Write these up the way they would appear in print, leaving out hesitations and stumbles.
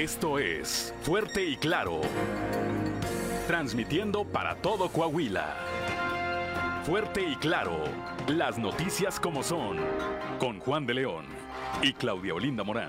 Esto es Fuerte y Claro, transmitiendo para todo Coahuila. Fuerte y Claro, las noticias como son, con Juan de León y Claudia Olinda Morán.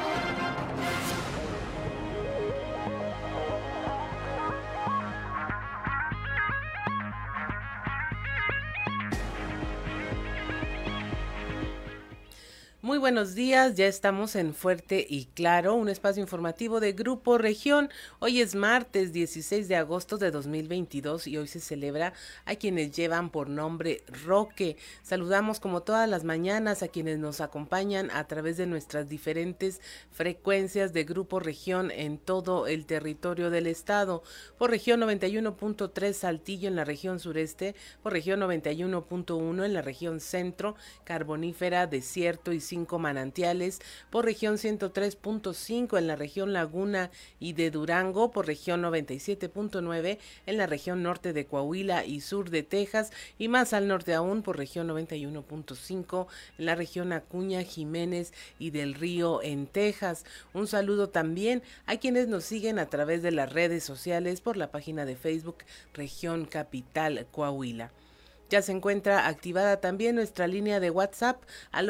Muy buenos días, ya estamos en Fuerte y Claro, un espacio informativo de Grupo Región. Hoy es martes 16 de agosto de 2022 y hoy se celebra a quienes llevan por nombre Roque. Saludamos como todas las mañanas a quienes nos acompañan a través de nuestras diferentes frecuencias de Grupo Región en todo el territorio del estado. Por región 91.3 Saltillo en la región sureste, por región 91.1 en la región centro, carbonífera, desierto y 5 manantiales, por región 103.5 en la región Laguna y de Durango, por región 97.9 en la región norte de Coahuila y sur de Texas, y más al norte aún por región 91.5 en la región Acuña, Jiménez y del Río en Texas. Un saludo también a quienes nos siguen a través de las redes sociales por la página de Facebook Región Capital Coahuila. Ya se encuentra activada también nuestra línea de WhatsApp al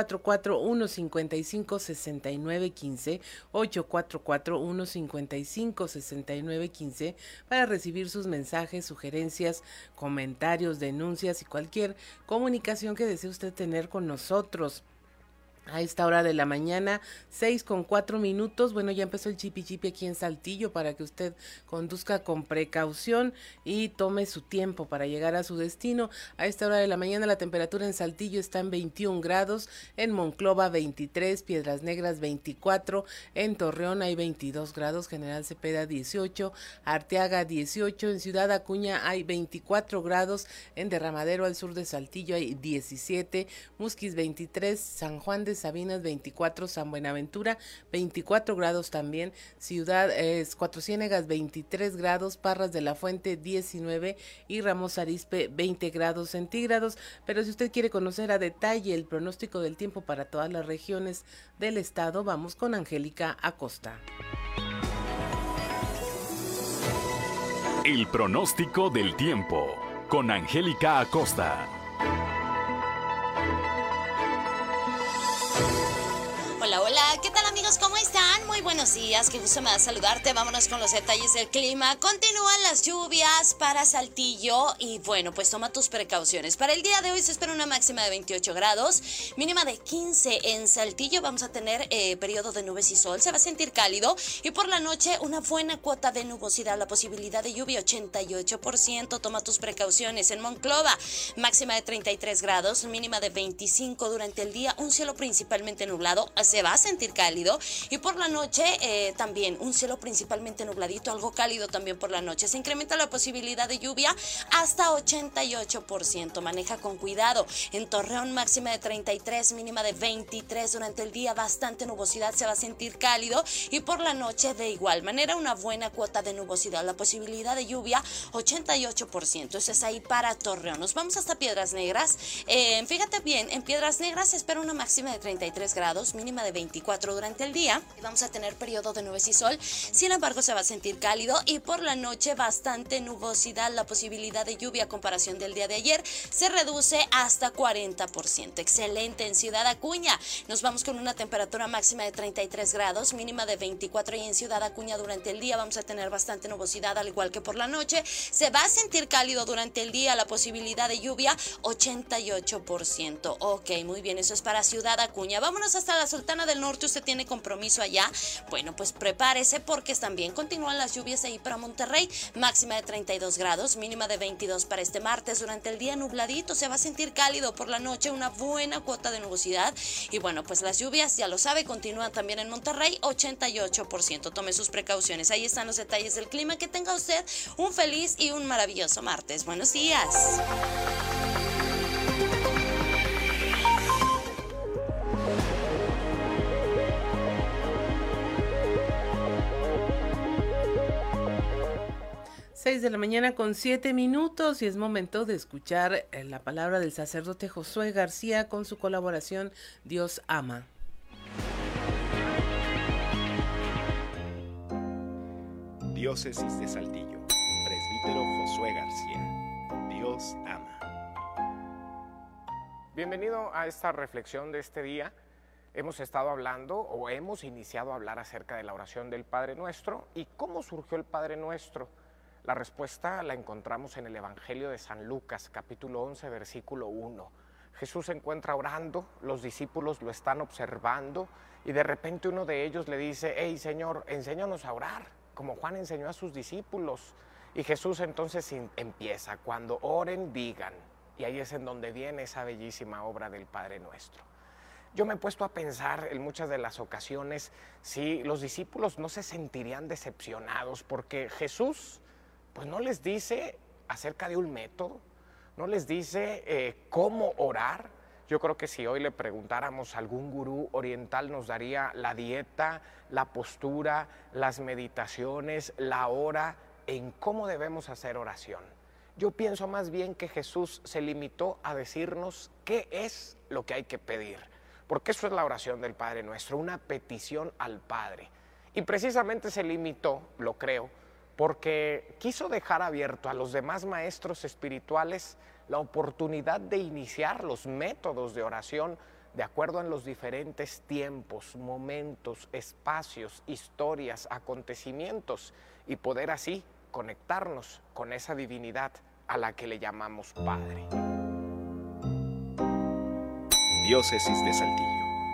844-155-6915, 844-155-6915, para recibir sus mensajes, sugerencias, comentarios, denuncias y cualquier comunicación que desee usted tener con nosotros. A esta hora de la mañana, 6:04. Bueno, ya empezó el chipi aquí en Saltillo para que usted conduzca con precaución y tome su tiempo para llegar a su destino. A esta hora de la mañana la temperatura en Saltillo está en 21 grados, en Monclova 23, Piedras Negras 24, en Torreón hay 22 grados, General Cepeda 18, Arteaga 18, en Ciudad Acuña hay 24 grados, en Derramadero al sur de Saltillo hay 17, Musquis 23, San Juan de Sabinas 24, San Buenaventura 24 grados también, Ciudad Cuatro Ciénegas 23 grados, Parras de la Fuente 19 y Ramos Arizpe 20 grados centígrados. Pero si usted quiere conocer a detalle el pronóstico del tiempo para todas las regiones del estado, vamos con Angélica Acosta. El pronóstico del tiempo con Angélica Acosta. Hola, hola, ¿qué tal amigos? ¿Cómo están? Muy buenos días, qué gusto me da saludarte. Vámonos con los detalles del clima. Continúan las lluvias para Saltillo y bueno, pues toma tus precauciones. Para el día de hoy se espera una máxima de 28 grados, mínima de 15 en Saltillo. Vamos a tener periodo de nubes y sol, se va a sentir cálido y por la noche una buena cuota de nubosidad. La posibilidad de lluvia 88%, toma tus precauciones. En Monclova, máxima de 33 grados, mínima de 25 durante el día, un cielo principalmente nublado. Se va a sentir cálido y por la noche también un cielo principalmente nubladito, algo cálido también por la noche. Se incrementa la posibilidad de lluvia hasta 88%. Maneja con cuidado. En Torreón, máxima de 33, mínima de 23 durante el día, bastante nubosidad, se va a sentir cálido y por la noche de igual manera una buena cuota de nubosidad. La posibilidad de lluvia 88%. Eso es ahí para Torreón. Nos vamos hasta Piedras Negras. Fíjate bien, en Piedras Negras se espera una máxima de 33 grados, mínima de 24 durante el día. Vamos a tener periodo de nubes y sol, sin embargo se va a sentir cálido y por la noche bastante nubosidad. La posibilidad de lluvia a comparación del día de ayer se reduce hasta 40%. Excelente. En Ciudad Acuña nos vamos con una temperatura máxima de 33 grados, mínima de 24 y en Ciudad Acuña durante el día vamos a tener bastante nubosidad al igual que por la noche. Se va a sentir cálido durante el día, la posibilidad de lluvia 88%. Ok, muy bien, eso es para Ciudad Acuña. Vámonos hasta la Sultana del Norte. Usted tiene compromiso allá, bueno, pues prepárese porque también continúan las lluvias ahí para Monterrey, máxima de 32 grados, mínima de 22 para este martes. Durante el día nubladito, se va a sentir cálido por la noche, una buena cuota de nubosidad y bueno, pues las lluvias, ya lo sabe, continúan también en Monterrey, 88%. Tome sus precauciones. Ahí están los detalles del clima. Que tenga usted un feliz y un maravilloso martes. Buenos días. 6:07 y es momento de escuchar la palabra del sacerdote Josué García con su colaboración Dios ama. Diócesis de Saltillo. Presbítero Josué García. Dios ama. Bienvenido a esta reflexión de este día. Hemos estado hablando o hemos iniciado a hablar acerca de la oración del Padre Nuestro y cómo surgió el Padre Nuestro. La respuesta la encontramos en el Evangelio de San Lucas, capítulo 11, versículo 1. Jesús se encuentra orando, los discípulos lo están observando y de repente uno de ellos le dice: hey Señor, enséñanos a orar, como Juan enseñó a sus discípulos. Y Jesús entonces empieza: cuando oren, digan. Y ahí es en donde viene esa bellísima obra del Padre Nuestro. Yo me he puesto a pensar en muchas de las ocasiones si los discípulos no se sentirían decepcionados porque Jesús pues no les dice acerca de un método, no les dice cómo orar. Yo creo que si hoy le preguntáramos a algún gurú oriental nos daría la dieta, la postura, las meditaciones, la hora en cómo debemos hacer oración. Yo pienso más bien que Jesús se limitó a decirnos qué es lo que hay que pedir, porque eso es la oración del Padre Nuestro, una petición al Padre. Y precisamente se limitó, lo creo, porque quiso dejar abierto a los demás maestros espirituales la oportunidad de iniciar los métodos de oración de acuerdo en los diferentes tiempos, momentos, espacios, historias, acontecimientos y poder así conectarnos con esa divinidad a la que le llamamos Padre. Diócesis de Saltillo.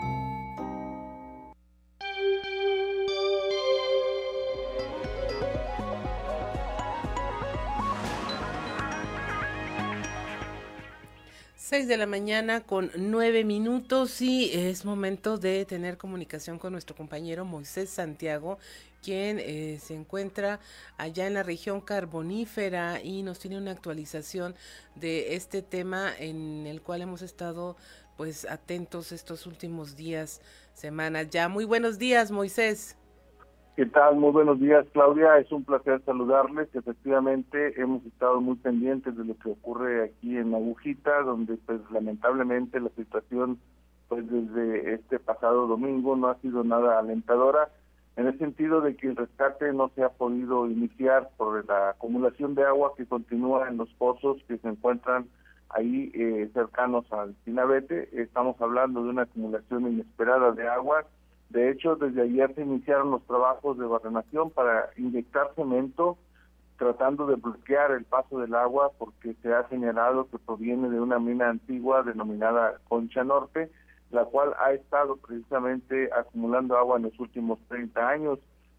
6 de la mañana con 9 minutos y es momento de tener comunicación con nuestro compañero Moisés Santiago, quien se encuentra allá en la región carbonífera y nos tiene una actualización de este tema en el cual hemos estado pues atentos estos últimos días, semanas ya. Muy buenos días, Moisés. ¿Qué tal? Muy buenos días, Claudia. Es un placer saludarles. Efectivamente, hemos estado muy pendientes de lo que ocurre aquí en Agujita, donde pues lamentablemente la situación pues desde este pasado domingo no ha sido nada alentadora, en el sentido de que el rescate no se ha podido iniciar por la acumulación de agua que continúa en los pozos que se encuentran ahí cercanos al Pinabete. Estamos hablando de una acumulación inesperada de agua. De hecho, desde ayer se iniciaron los trabajos de barrenación para inyectar cemento, tratando de bloquear el paso del agua, porque se ha señalado que proviene de una mina antigua denominada Concha Norte, la cual ha estado precisamente acumulando agua en los últimos 30 años.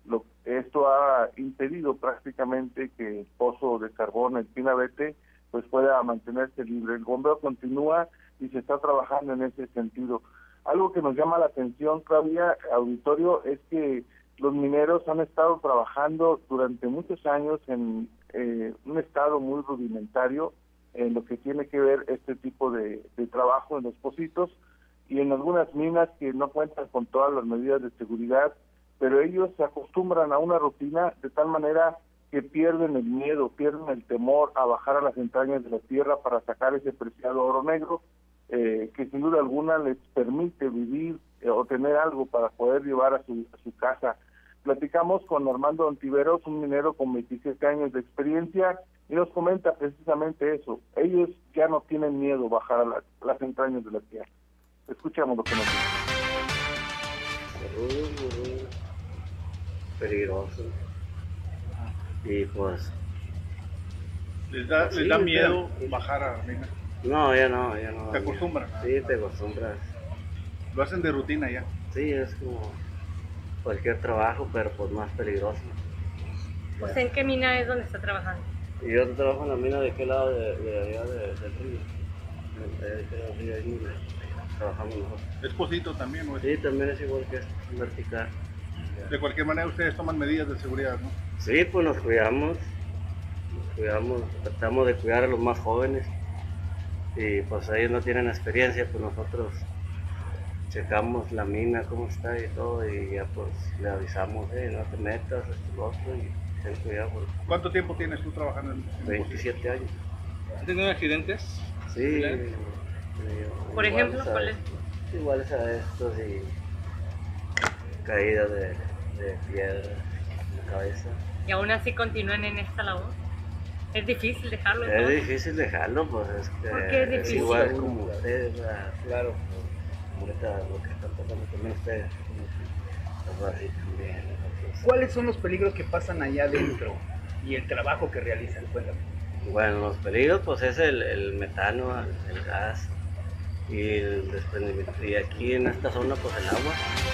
Esto ha impedido prácticamente que el pozo de carbón, el Pinabete, pues pueda mantenerse libre. El bombeo continúa y se está trabajando en ese sentido. Algo que nos llama la atención, Claudia, auditorio, es que los mineros han estado trabajando durante muchos años en un estado muy rudimentario en lo que tiene que ver este tipo de trabajo en los pocitos y en algunas minas que no cuentan con todas las medidas de seguridad, pero ellos se acostumbran a una rutina de tal manera que pierden el miedo, pierden el temor a bajar a las entrañas de la tierra para sacar ese preciado oro negro, que sin duda alguna les permite vivir o tener algo para poder llevar a su casa. Platicamos con Armando Ontiveros, un minero con 27 años de experiencia, y nos comenta precisamente eso. Ellos ya no tienen miedo bajar a las entrañas de la tierra. Escuchamos lo que nos dice. Muy peligroso. Y pues... ¿Les da miedo bajar a la mina? No, ya no. ¿Te acostumbran? Sí, te acostumbras. ¿Lo hacen de rutina ya? Sí, es como cualquier trabajo, pero pues más peligroso. Pues ¿en qué mina es donde está trabajando? Y yo trabajo en la mina de aquel lado de allá del río. Ahí trabajamos nosotros. ¿Es pocito también o es? Sí, también es igual que es vertical. De cualquier manera ustedes toman medidas de seguridad, ¿no? Sí, pues nos cuidamos, tratamos de cuidar a los más jóvenes. Y pues ellos no tienen experiencia, pues nosotros checamos la mina, cómo está y todo, y ya pues le avisamos, no te metas, esto, lo otro, y ten cuidado. ¿Cuánto tiempo tienes tú trabajando en 27 años. ¿Has tenido accidentes? Sí. Por ejemplo, ¿cuáles? Iguales a estos y caídas de piedra en la cabeza. y aún así continúan en esta labor. Es difícil dejarlo. Es difícil dejarlo, pues es que ¿por qué es difícil? igual como ustedes, claro. Ahorita lo que están pasando también ustedes, así también. ¿Cuáles son los peligros que pasan allá adentro y el trabajo que realizan? Cuéntame. Bueno, los peligros pues es el metano, el gas y el desprendimiento. Y aquí en esta zona pues el agua.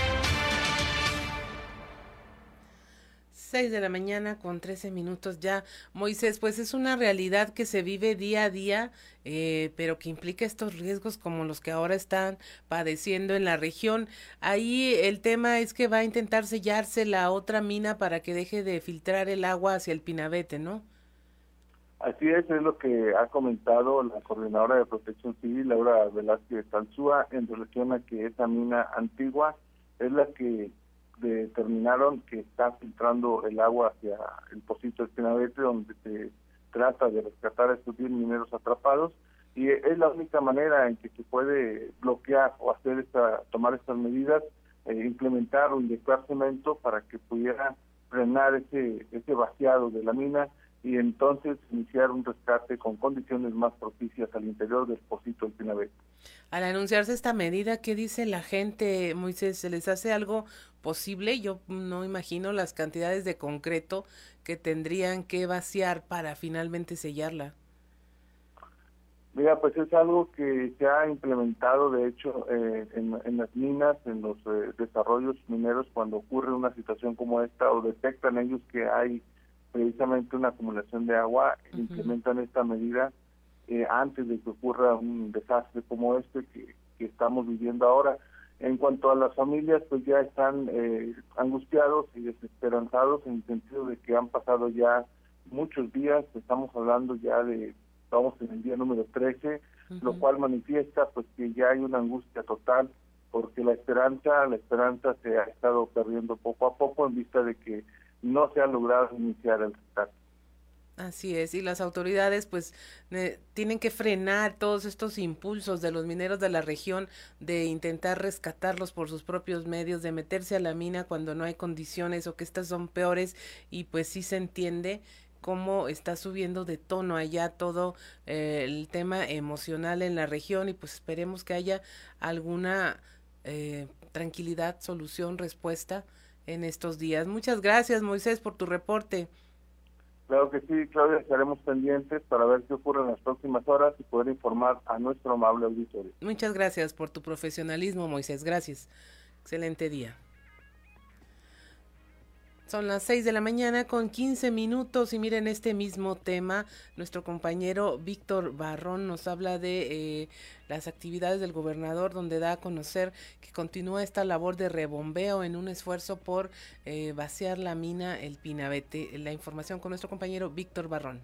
6 de la mañana con 13 minutos ya. Moisés, pues es una realidad que se vive día a día, pero que implica estos riesgos como los que ahora están padeciendo en la región. Ahí el tema es que va a intentar sellarse la otra mina para que deje de filtrar el agua hacia el Pinabete, ¿no? Así es lo que ha comentado la coordinadora de Protección Civil, Laura Velázquez Tanzúa, en relación a que esa mina antigua es la que determinaron que está filtrando el agua hacia el pocito del Pinabete, donde se trata de rescatar a estos 10 mineros atrapados, y es la única manera en que se puede bloquear o tomar estas medidas, implementar o inyectar cemento para que pudiera frenar ese vaciado de la mina y entonces iniciar un rescate con condiciones más propicias al interior del pocito del Pinabete. Al anunciarse esta medida, ¿qué dice la gente, Moisés? ¿Se les hace algo posible? Yo no imagino las cantidades de concreto que tendrían que vaciar para finalmente sellarla. Mira, pues es algo que se ha implementado, de hecho, en las minas, en los desarrollos mineros, cuando ocurre una situación como esta o detectan ellos que hay precisamente una acumulación de agua, implementan esta medida antes de que ocurra un desastre como este que estamos viviendo ahora. En cuanto a las familias, pues ya están angustiados y desesperanzados en el sentido de que han pasado ya muchos días, estamos hablando ya vamos en el día número 13, lo cual manifiesta pues que ya hay una angustia total, porque la esperanza se ha estado perdiendo poco a poco en vista de que no se ha logrado iniciar el rescate. Así es, y las autoridades pues tienen que frenar todos estos impulsos de los mineros de la región de intentar rescatarlos por sus propios medios, de meterse a la mina cuando no hay condiciones o que estas son peores, y pues sí se entiende cómo está subiendo de tono allá todo el tema emocional en la región, y pues esperemos que haya alguna tranquilidad, solución, respuesta en estos días. Muchas gracias, Moisés, por tu reporte. Claro que sí, Claudia, estaremos pendientes para ver qué ocurre en las próximas horas y poder informar a nuestro amable auditorio. Muchas gracias por tu profesionalismo, Moisés. Gracias. Excelente día. Son las 6 de la mañana con 15 minutos y miren este mismo tema, nuestro compañero Víctor Barrón nos habla de las actividades del gobernador, donde da a conocer que continúa esta labor de rebombeo en un esfuerzo por vaciar la mina El Pinabete. La información con nuestro compañero Víctor Barrón.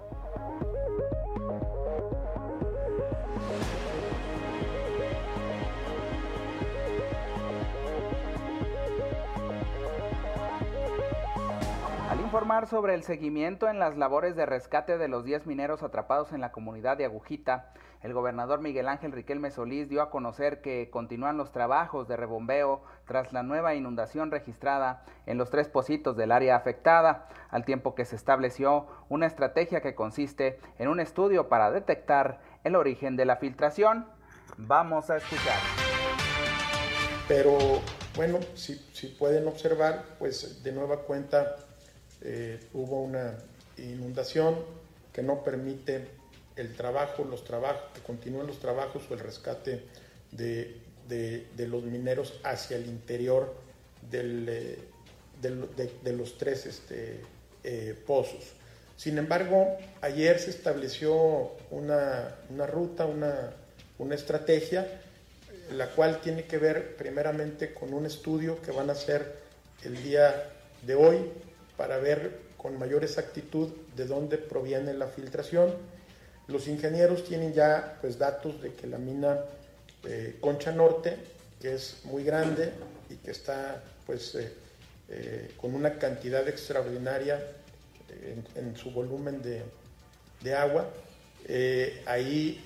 Informar sobre el seguimiento en las labores de rescate de los 10 mineros atrapados en la comunidad de Agujita, el gobernador Miguel Ángel Riquelme Solís dio a conocer que continúan los trabajos de rebombeo tras la nueva inundación registrada en los 3 pocitos del área afectada, al tiempo que se estableció una estrategia que consiste en un estudio para detectar el origen de la filtración. Vamos a escuchar. Pero bueno, si pueden observar, pues de nueva cuenta hubo una inundación que no permite que continúen los trabajos o el rescate de los mineros hacia el interior de los 3 pozos. Sin embargo, ayer se estableció una ruta, una estrategia, la cual tiene que ver primeramente con un estudio que van a hacer el día de hoy para ver con mayor exactitud de dónde proviene la filtración. Los ingenieros tienen ya pues datos de que la mina Concha Norte, que es muy grande y que está pues con una cantidad extraordinaria en su volumen de agua, ahí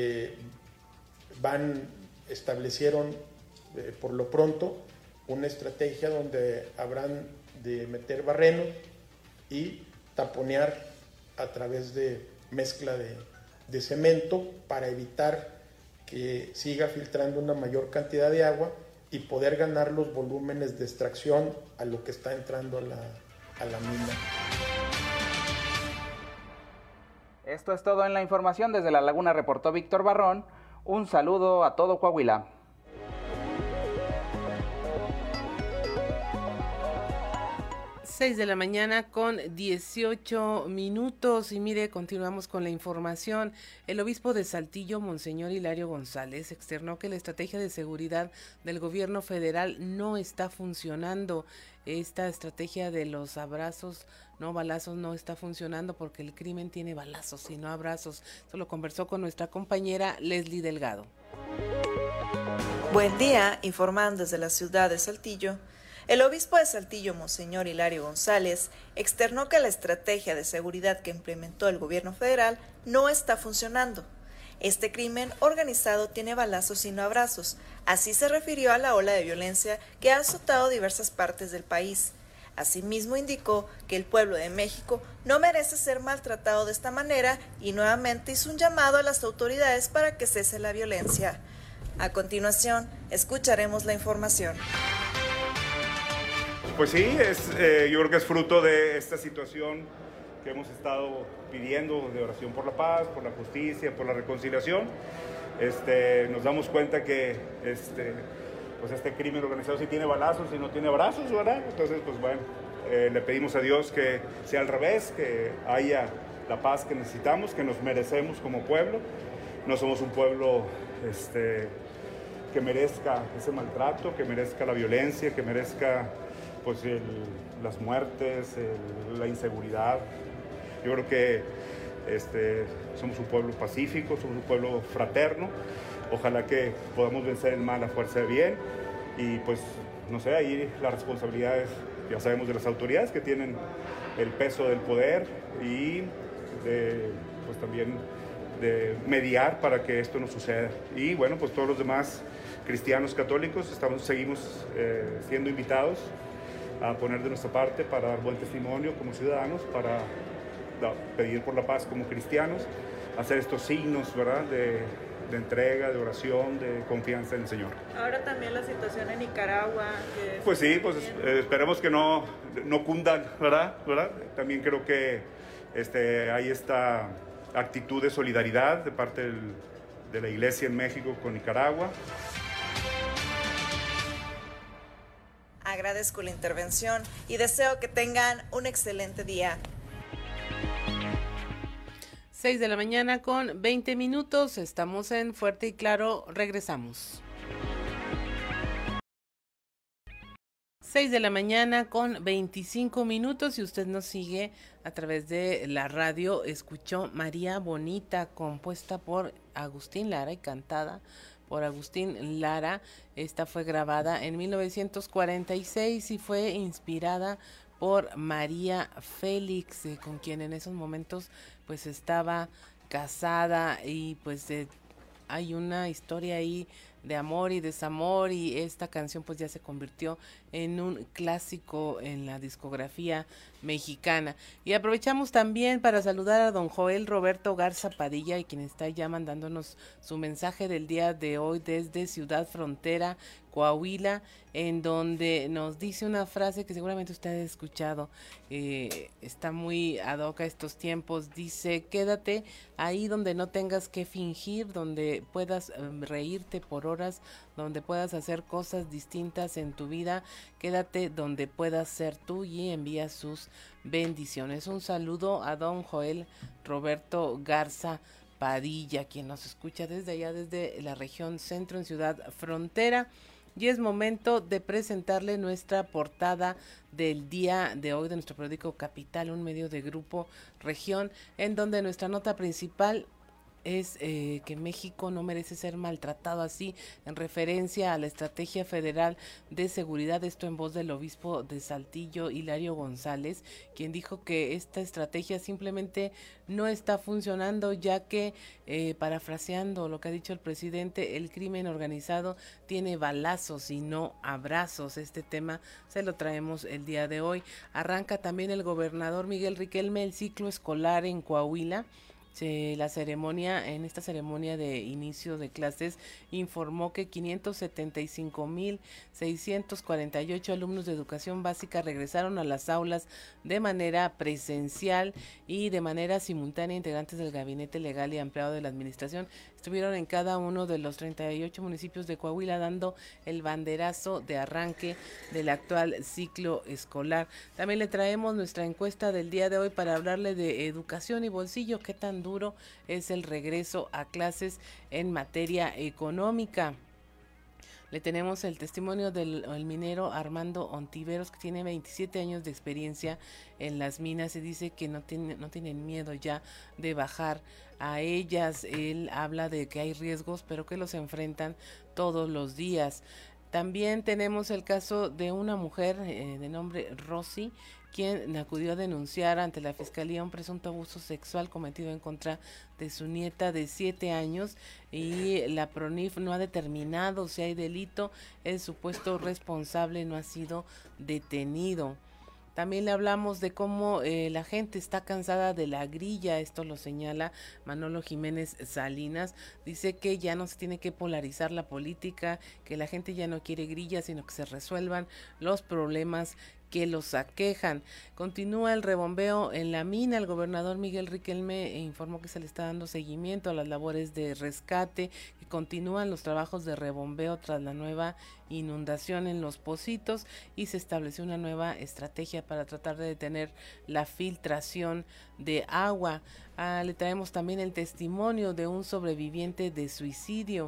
establecieron por lo pronto una estrategia donde habrán de meter barrenos y taponear a través de mezcla de cemento para evitar que siga filtrando una mayor cantidad de agua y poder ganar los volúmenes de extracción a lo que está entrando a la mina. Esto es todo en la información. Desde La Laguna reportó Víctor Barrón. Un saludo a todo Coahuila. Seis de la mañana con 18 minutos y mire, continuamos con la información. El obispo de Saltillo, Monseñor Hilario González, externó que la estrategia de seguridad del gobierno federal no está funcionando. Esta estrategia de los abrazos, no balazos, no está funcionando porque el crimen tiene balazos y no abrazos. Esto lo conversó con nuestra compañera Leslie Delgado. Buen día, informando desde la ciudad de Saltillo. El obispo de Saltillo, Monseñor Hilario González, externó que la estrategia de seguridad que implementó el gobierno federal no está funcionando. Este crimen organizado tiene balazos y no abrazos. Así se refirió a la ola de violencia que ha azotado diversas partes del país. Asimismo indicó que el pueblo de México no merece ser maltratado de esta manera y nuevamente hizo un llamado a las autoridades para que cese la violencia. A continuación, escucharemos la información. Pues sí, yo creo que es fruto de esta situación que hemos estado pidiendo de oración por la paz, por la justicia, por la reconciliación. Nos damos cuenta que pues este crimen organizado sí tiene balazos y no tiene abrazos, ¿verdad? Entonces, pues bueno, le pedimos a Dios que sea al revés, que haya la paz que necesitamos, que nos merecemos como pueblo. No somos un pueblo que merezca ese maltrato, que merezca la violencia, que merezca pues las muertes, la inseguridad. Yo creo que somos un pueblo pacífico, somos un pueblo fraterno. Ojalá que podamos vencer el mal a fuerza de bien. Y pues, no sé, ahí la responsabilidad es, ya sabemos, de las autoridades que tienen el peso del poder y pues también de mediar para que esto no suceda. Y bueno, pues todos los demás cristianos católicos seguimos siendo invitados a poner de nuestra parte para dar buen testimonio como ciudadanos, para pedir por la paz como cristianos, hacer estos signos, ¿verdad?, de entrega, de oración, de confianza en el Señor. Ahora también la situación en Nicaragua. Pues sí, pues esperemos que no cundan, ¿verdad? También creo que hay esta actitud de solidaridad de parte de la Iglesia en México con Nicaragua. Agradezco la intervención y deseo que tengan un excelente día. 6 de la mañana con 20 minutos, estamos en Fuerte y Claro, regresamos. 6 de la mañana con 25 minutos y usted nos sigue a través de la radio. Escuchó María Bonita, compuesta por Agustín Lara y cantada por Agustín Lara. Esta fue grabada en 1946 y fue inspirada por María Félix, con quien en esos momentos pues estaba casada y pues hay una historia ahí de amor y desamor y esta canción pues ya se convirtió en un clásico en la discografía mexicana. Y aprovechamos también para saludar a don Joel Roberto Garza Padilla, y quien está ya mandándonos su mensaje del día de hoy desde Ciudad Frontera, Coahuila, en donde nos dice una frase que seguramente usted ha escuchado, está muy ad hoc a estos tiempos. Dice: quédate ahí donde no tengas que fingir, donde puedas reírte por horas, donde puedas hacer cosas distintas en tu vida, quédate donde puedas ser tú, y envía sus bendiciones. Un saludo a don Joel Roberto Garza Padilla, quien nos escucha desde allá, desde la región centro en Ciudad Frontera. Y es momento de presentarle nuestra portada del día de hoy de nuestro periódico Capital, un medio de Grupo Región, en donde nuestra nota principal es que México no merece ser maltratado así, en referencia a la Estrategia Federal de Seguridad, esto en voz del obispo de Saltillo, Hilario González, quien dijo que esta estrategia simplemente no está funcionando, ya que, parafraseando lo que ha dicho el presidente, el crimen organizado tiene balazos y no abrazos. Este tema se lo traemos el día de hoy. Arranca también el gobernador Miguel Riquelme el ciclo escolar en Coahuila. En esta ceremonia de inicio de clases informó que 575,648 alumnos de educación básica regresaron a las aulas de manera presencial y de manera simultánea. Integrantes del gabinete legal y ampliado de la administración estuvieron en cada uno de los 38 municipios de Coahuila dando el banderazo de arranque del actual ciclo escolar. También le traemos nuestra encuesta del día de hoy para hablarle de educación y bolsillo. ¿Qué tan duro es el regreso a clases en materia económica? Le tenemos el testimonio del minero Armando Ontiveros, que tiene 27 años de experiencia en las minas y dice que no tienen miedo ya de bajar a ellas. Él habla de que hay riesgos, pero que los enfrentan todos los días. También tenemos el caso de una mujer de nombre Rosy, quien acudió a denunciar ante la Fiscalía un presunto abuso sexual cometido en contra de su nieta de 7 años y la PRONIF no ha determinado si hay delito. El supuesto responsable no ha sido detenido. También le hablamos de cómo la gente está cansada de la grilla, esto lo señala Manolo Jiménez Salinas. Dice que ya no se tiene que polarizar la política, que la gente ya no quiere grilla, sino que se resuelvan los problemas que los aquejan. Continúa el rebombeo en la mina. El gobernador Miguel Riquelme informó que se le está dando seguimiento a las labores de rescate, que continúan los trabajos de rebombeo tras la nueva inundación en Los Pocitos y se estableció una nueva estrategia para tratar de detener la filtración de agua. Le traemos también el testimonio de un sobreviviente de suicidio.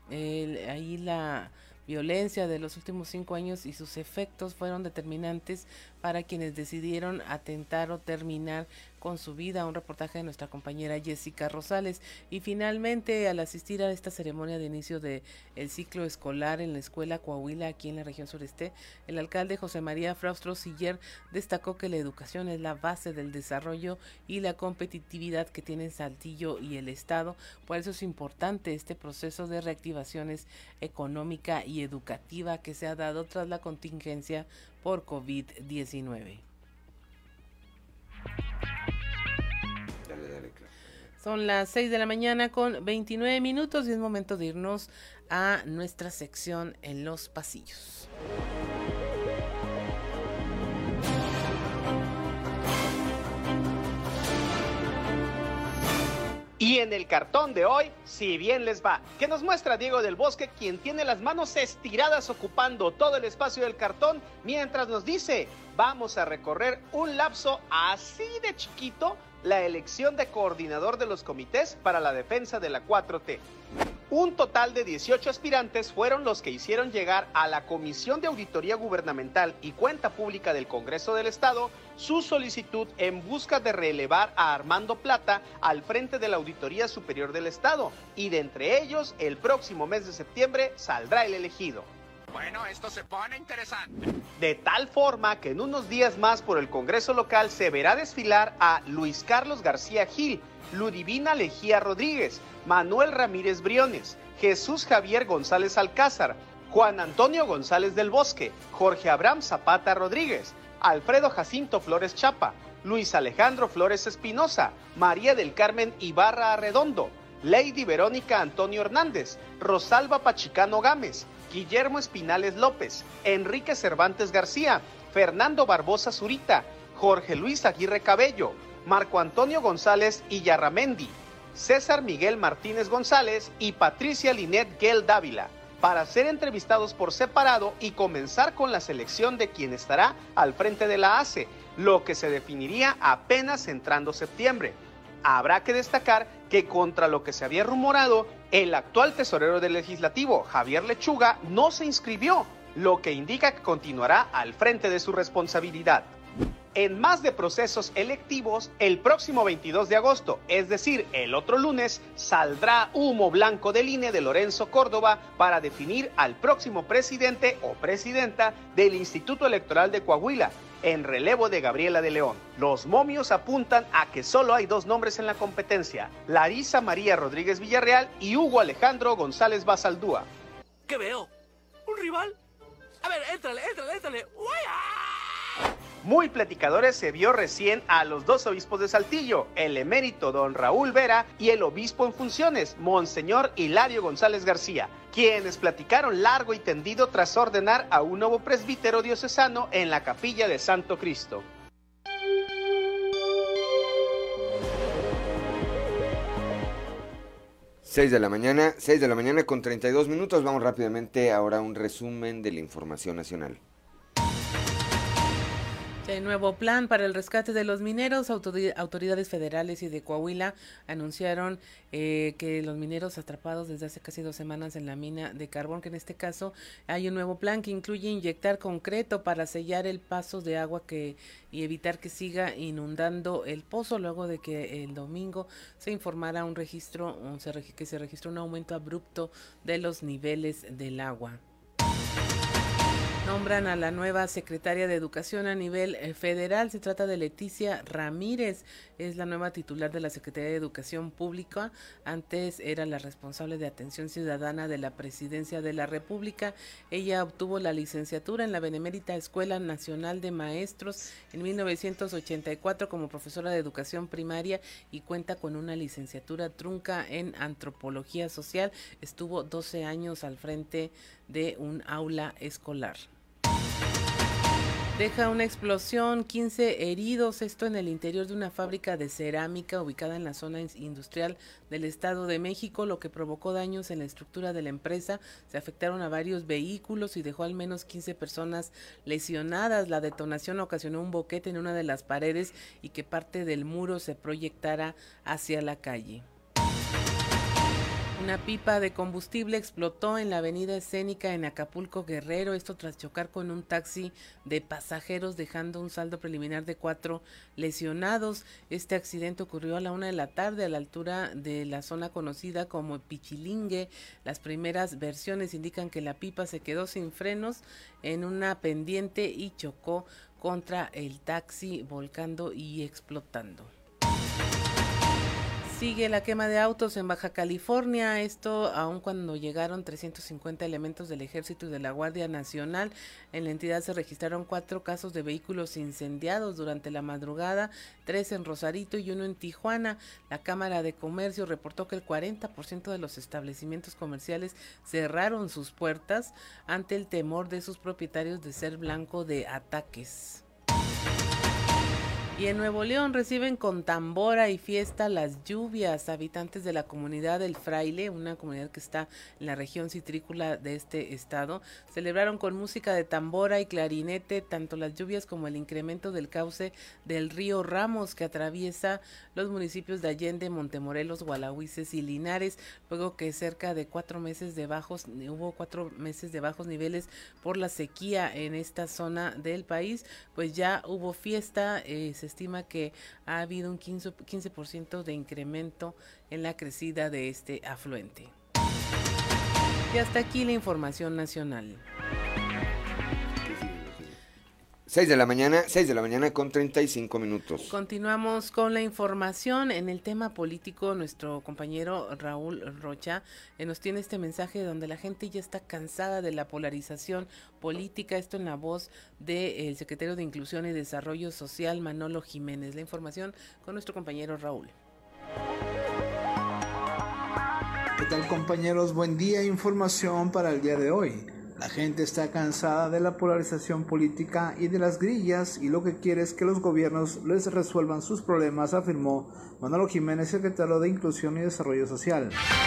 Ahí la violencia de los últimos 5 años y sus efectos fueron determinantes para quienes decidieron atentar o terminar con su vida. Un reportaje de nuestra compañera Jessica Rosales. Y finalmente, al asistir a esta ceremonia de inicio de el ciclo escolar en la escuela Coahuila, aquí en la región sureste, el alcalde José María Fraustro Siller destacó que la educación es la base del desarrollo y la competitividad que tienen Saltillo y el estado. Por eso es importante este proceso de reactivaciones económica y educativa que se ha dado tras la contingencia por COVID-19. Son las 6 de la mañana con 29 minutos y es momento de irnos a nuestra sección En los Pasillos. Y en el cartón de hoy, si bien les va, que nos muestra Diego del Bosque, quien tiene las manos estiradas ocupando todo el espacio del cartón, mientras nos dice, vamos a recorrer un lapso así de chiquito, la elección de coordinador de los comités para la defensa de la 4T. Un total de 18 aspirantes fueron los que hicieron llegar a la Comisión de Auditoría Gubernamental y Cuenta Pública del Congreso del Estado su solicitud en busca de reelevar a Armando Plata al frente de la Auditoría Superior del Estado, y de entre ellos, el próximo mes de septiembre saldrá el elegido. Bueno, esto se pone interesante. De tal forma que en unos días más por el Congreso local se verá desfilar a Luis Carlos García Gil, Ludivina Lejía Rodríguez, Manuel Ramírez Briones, Jesús Javier González Alcázar, Juan Antonio González del Bosque, Jorge Abraham Zapata Rodríguez, Alfredo Jacinto Flores Chapa, Luis Alejandro Flores Espinosa, María del Carmen Ibarra Arredondo, Lady Verónica Antonio Hernández, Rosalba Pachicano Gámez, Guillermo Espinales López, Enrique Cervantes García, Fernando Barbosa Zurita, Jorge Luis Aguirre Cabello, Marco Antonio González Illarramendi, César Miguel Martínez González y Patricia Linet Guel Dávila, para ser entrevistados por separado y comenzar con la selección de quien estará al frente de la ACE, lo que se definiría apenas entrando septiembre. Habrá que destacar que contra lo que se había rumorado, el actual tesorero del Legislativo, Javier Lechuga, no se inscribió, lo que indica que continuará al frente de su responsabilidad. en más de procesos electivos, el próximo 22 de agosto, es decir, el otro lunes, saldrá humo blanco del INE de Lorenzo Córdoba para definir al próximo presidente o presidenta del Instituto Electoral de Coahuila, en relevo de Gabriela de León. Los momios apuntan a que solo hay 2 nombres en la competencia: Larisa María Rodríguez Villarreal y Hugo Alejandro González Basaldúa. ¿Qué veo? ¿Un rival? A ver, éntrale. Muy platicadores se vio recién a los 2 obispos de Saltillo, el emérito don Raúl Vera y el obispo en funciones, Monseñor Hilario González García, quienes platicaron largo y tendido tras ordenar a un nuevo presbítero diocesano en la capilla de Santo Cristo. Seis de la mañana con 32 minutos. Vamos rápidamente ahora a un resumen de la información nacional. El nuevo plan para el rescate de los mineros. Autoridades federales y de Coahuila anunciaron que los mineros atrapados desde hace casi 2 semanas en la mina de carbón, que en este caso hay un nuevo plan que incluye inyectar concreto para sellar el paso de agua y evitar que siga inundando el pozo, luego de que el domingo se informara que se registró un aumento abrupto de los niveles del agua. Nombran a la nueva secretaria de Educación a nivel federal. Se trata de Leticia Ramírez, es la nueva titular de la Secretaría de Educación Pública. Antes era la responsable de Atención Ciudadana de la Presidencia de la República. Ella obtuvo la licenciatura en la Benemérita Escuela Nacional de Maestros en 1984 como profesora de Educación Primaria y cuenta con una licenciatura trunca en Antropología Social. Estuvo 12 años al frente de un aula escolar. Deja una explosión, 15 heridos, esto en el interior de una fábrica de cerámica ubicada en la zona industrial del Estado de México, lo que provocó daños en la estructura de la empresa. Se afectaron a varios vehículos y dejó al menos 15 personas lesionadas. La detonación ocasionó un boquete en una de las paredes y que parte del muro se proyectara hacia la calle. Una pipa de combustible explotó en la avenida Escénica en Acapulco, Guerrero, esto tras chocar con un taxi de pasajeros, dejando un saldo preliminar de 4 lesionados. Este accidente ocurrió a la 1 de la tarde a la altura de la zona conocida como Pichilingue. Las primeras versiones indican que la pipa se quedó sin frenos en una pendiente y chocó contra el taxi, volcando y explotando. Sigue la quema de autos en Baja California, esto aun cuando llegaron 350 elementos del Ejército y de la Guardia Nacional. En la entidad se registraron 4 casos de vehículos incendiados durante la madrugada, 3 en Rosarito y 1 en Tijuana. La Cámara de Comercio reportó que el 40% de los establecimientos comerciales cerraron sus puertas ante el temor de sus propietarios de ser blanco de ataques. Y en Nuevo León reciben con tambora y fiesta las lluvias. Habitantes de la comunidad del Fraile, una comunidad que está en la región citrícola de este estado, celebraron con música de tambora y clarinete tanto las lluvias como el incremento del cauce del río Ramos, que atraviesa los municipios de Allende, Montemorelos, Gualahuises y Linares, luego que hubo 4 meses de bajos niveles por la sequía en esta zona del país. Pues ya hubo fiesta, se estima que ha habido un 15% de incremento en la crecida de este afluente. Y hasta aquí la información nacional. 6 de la mañana con 35 minutos. Continuamos con la información. En el tema político, nuestro compañero Raúl Rocha nos tiene este mensaje donde la gente ya está cansada de la polarización política, esto en la voz del secretario de Inclusión y Desarrollo Social, Manolo Jiménez. La información con nuestro compañero Raúl. ¿Qué tal, compañeros? Buen día, información para el día de hoy. La gente está cansada de la polarización política y de las grillas y lo que quiere es que los gobiernos les resuelvan sus problemas, afirmó Manolo Jiménez, secretario de Inclusión y Desarrollo Social.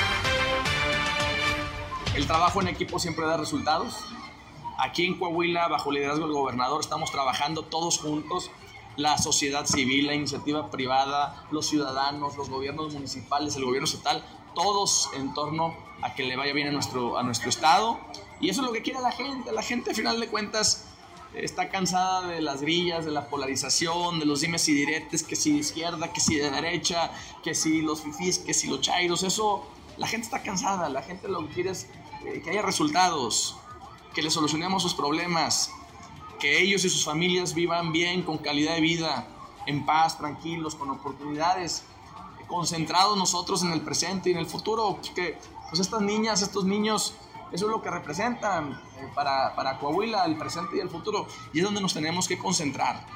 El trabajo en equipo siempre da resultados. Aquí en Coahuila, bajo el liderazgo del gobernador, estamos trabajando todos juntos, la sociedad civil, la iniciativa privada, los ciudadanos, los gobiernos municipales, el gobierno estatal, todos en torno a que le vaya bien a nuestro estado. Y eso es lo que quiere la gente. La gente, a final de cuentas, está cansada de las grillas, de la polarización, de los dimes y diretes, que si de izquierda, que si de derecha, que si los fifís, que si los chairos. Eso, la gente está cansada, la gente lo que quiere es que haya resultados, que le solucionemos sus problemas, que ellos y sus familias vivan bien, con calidad de vida, en paz, tranquilos, con oportunidades, concentrados nosotros en el presente y en el futuro, que pues estas niñas, estos niños, eso es lo que representan para Coahuila, el presente y el futuro, y es donde nos tenemos que concentrar.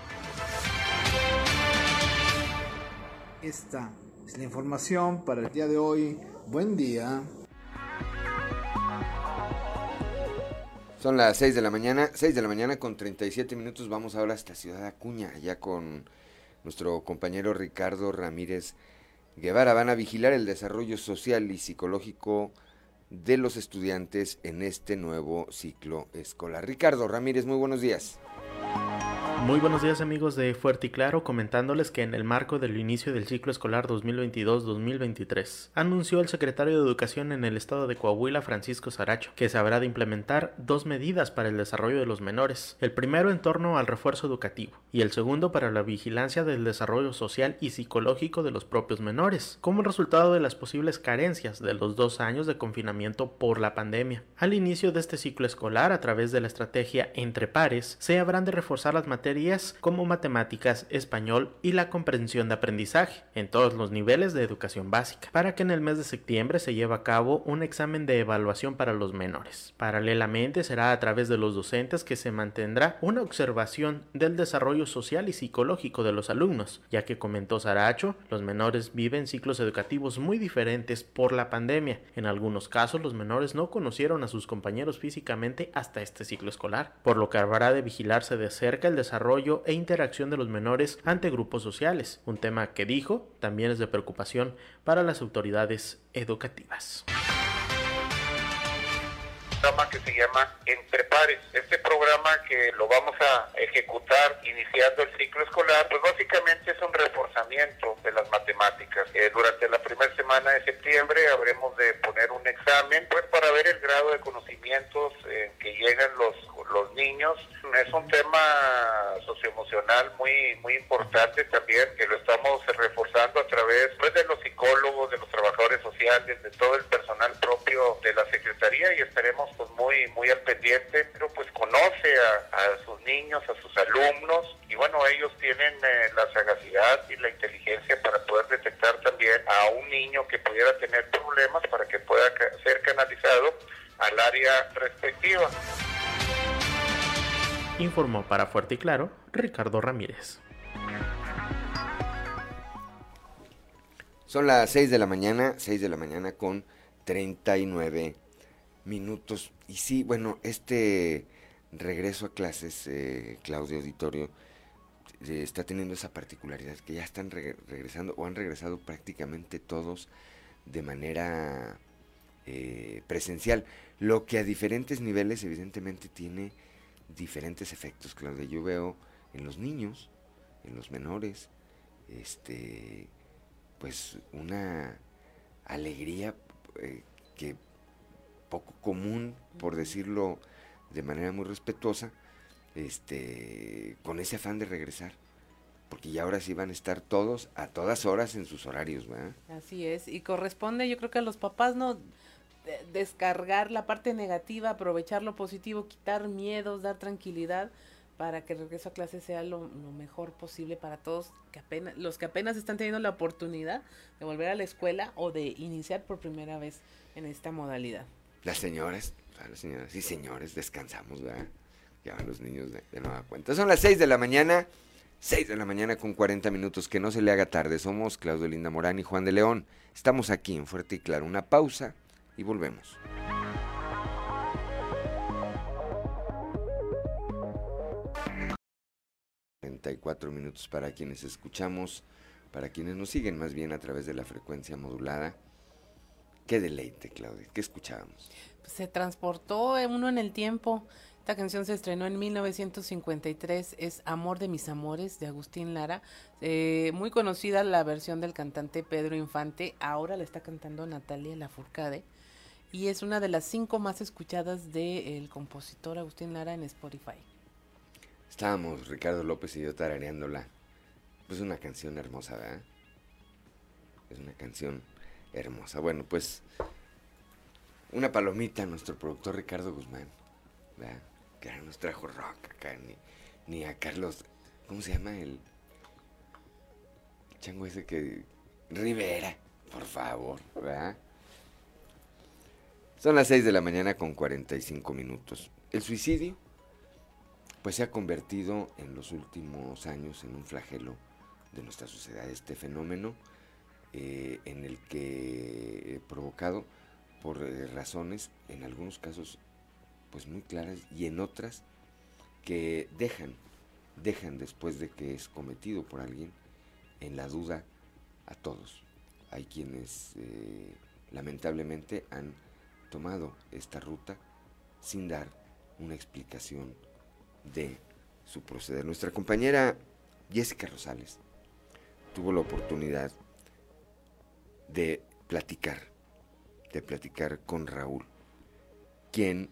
Esta es la información para el día de hoy. Buen día. Son las 6 de la mañana con 37 minutos. Vamos ahora hasta Ciudad Acuña, ya con nuestro compañero Ricardo Ramírez Guevara. Van a vigilar el desarrollo social y psicológico de los estudiantes en este nuevo ciclo escolar. Ricardo Ramírez, muy buenos días. Muy buenos días, amigos de Fuerte y Claro, comentándoles que en el marco del inicio del ciclo escolar 2022-2023 anunció el secretario de Educación en el estado de Coahuila, Francisco Saracho, que se habrá de implementar 2 medidas para el desarrollo de los menores, el primero en torno al refuerzo educativo y el segundo para la vigilancia del desarrollo social y psicológico de los propios menores, como resultado de las posibles carencias de los 2 años de confinamiento por la pandemia. Al inicio de este ciclo escolar, a través de la estrategia Entre Pares, se habrán de reforzar las materias como matemáticas, español y la comprensión de aprendizaje en todos los niveles de educación básica, para que en el mes de septiembre se lleve a cabo un examen de evaluación para los menores. Paralelamente será a través de los docentes que se mantendrá una observación del desarrollo social y psicológico de los alumnos, ya que comentó Saracho, los menores viven ciclos educativos muy diferentes por la pandemia. En algunos casos los menores no conocieron a sus compañeros físicamente hasta este ciclo escolar, por lo que habrá de vigilarse de cerca el desarrollo e interacción de los menores ante grupos sociales, un tema que dijo también es de preocupación para las autoridades educativas. Programa que se llama Entre Pares. Este programa que lo vamos a ejecutar iniciando el ciclo escolar, pues básicamente es un reforzamiento de las matemáticas. Durante la primera semana de septiembre habremos de poner un examen, pues para ver el grado de conocimientos que llegan los niños. Es un tema socioemocional muy importante también, que lo estamos reforzando a través pues, de los psicólogos, de los trabajadores sociales, de todo el personal propio de la Secretaría, y estaremos pues muy al pendiente, pero pues conoce a sus niños, a sus alumnos, y bueno, ellos tienen la sagacidad y la inteligencia para poder detectar también a un niño que pudiera tener problemas para que pueda ser canalizado al área respectiva. Informó para Fuerte y Claro, Ricardo Ramírez. Son las 6 de la mañana con 39 minutos. Y sí, bueno, este regreso a clases, Claudio Auditorio, está teniendo esa particularidad que ya están regresando o han regresado prácticamente todos de manera presencial, lo que a diferentes niveles evidentemente tiene diferentes efectos, Claudia. Yo veo en los niños, en los menores, pues una alegría que poco común, por decirlo de manera muy respetuosa, con ese afán de regresar, porque ya ahora sí van a estar todos a todas horas en sus horarios, ¿verdad? Así es, y corresponde, yo creo que a los papás no descargar la parte negativa, aprovechar lo positivo, quitar miedos, dar tranquilidad, para que el regreso a clase sea lo mejor posible para todos, los que apenas están teniendo la oportunidad de volver a la escuela o de iniciar por primera vez en esta modalidad. Las señoras y señores, descansamos, ¿verdad? Ya van los niños de nueva cuenta. Son las 6 de la mañana con 40 minutos, que no se le haga tarde. Somos Claudio Linda Morán y Juan de León. Estamos aquí en Fuerte y Claro. Una pausa y volvemos. ...34 para quienes escuchamos, para quienes nos siguen más bien a través de la frecuencia modulada. Qué deleite, Claudia, ¿qué escuchábamos? Pues se transportó uno en el tiempo. Esta canción se estrenó en 1953, es Amor de mis amores, de Agustín Lara. Muy conocida la versión del cantante Pedro Infante, ahora la está cantando Natalia Lafourcade, y es una de las 5 más escuchadas del compositor Agustín Lara en Spotify. Estábamos Ricardo López y yo tarareándola. Pues una canción hermosa, ¿verdad? Es una canción hermosa. Bueno, pues una palomita a nuestro productor Ricardo Guzmán, ¿verdad? Que ahora nos trajo rock acá, ni a Carlos, ¿cómo se llama el chango ese que... Rivera, por favor, ¿verdad? Son las 6 de la mañana con 45 minutos. El suicidio, pues se ha convertido en los últimos años en un flagelo de nuestra sociedad. Este fenómeno en el que provocado por razones, en algunos casos, pues muy claras, y en otras que dejan después de que es cometido por alguien en la duda a todos. Hay quienes lamentablemente han tomado esta ruta sin dar una explicación de su proceder. Nuestra compañera Jessica Rosales tuvo la oportunidad de platicar con Raúl, quien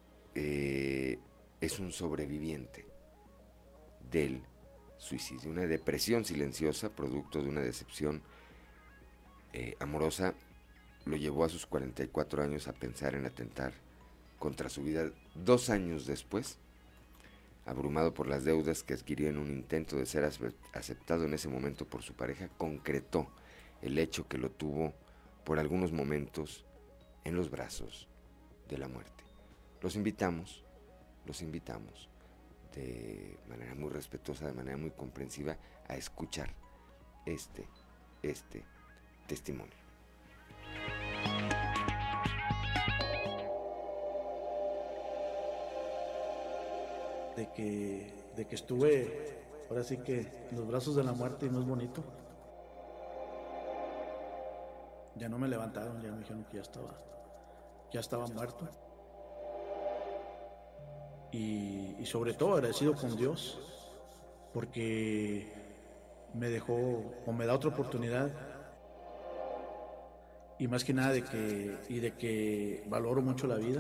es un sobreviviente del suicidio, una depresión silenciosa producto de una decepción amorosa. Lo llevó a sus 44 años a pensar en atentar contra su vida. 2 años después, abrumado por las deudas que adquirió en un intento de ser aceptado en ese momento por su pareja, concretó el hecho que lo tuvo por algunos momentos en los brazos de la muerte. Los invitamos de manera muy respetuosa, de manera muy comprensiva, a escuchar este testimonio. De que estuve, ahora sí que en los brazos de la muerte, y no es bonito. Ya no me levantaron, ya me dijeron que ya estaba muerto. Y sobre todo agradecido con Dios, porque me dejó o me da otra oportunidad, y más que nada de que valoro mucho la vida.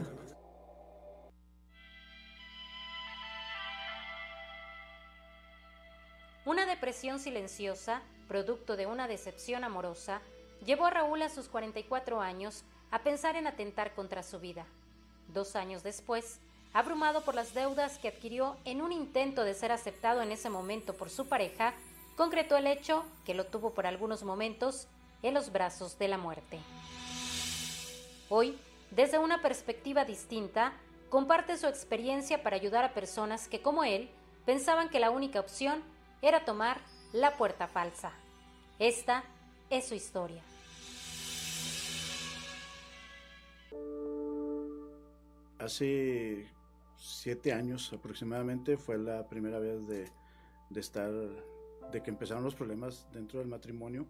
Una depresión silenciosa, producto de una decepción amorosa, llevó a Raúl a sus 44 años a pensar en atentar contra su vida. 2 años después, abrumado por las deudas que adquirió en un intento de ser aceptado en ese momento por su pareja, concretó el hecho que lo tuvo por algunos momentos en los brazos de la muerte. Hoy, desde una perspectiva distinta, comparte su experiencia para ayudar a personas que, como él, pensaban que la única opción era tomar la puerta falsa. Esta es su historia. Hace 7 años aproximadamente fue la primera vez de que empezaron los problemas dentro del matrimonio.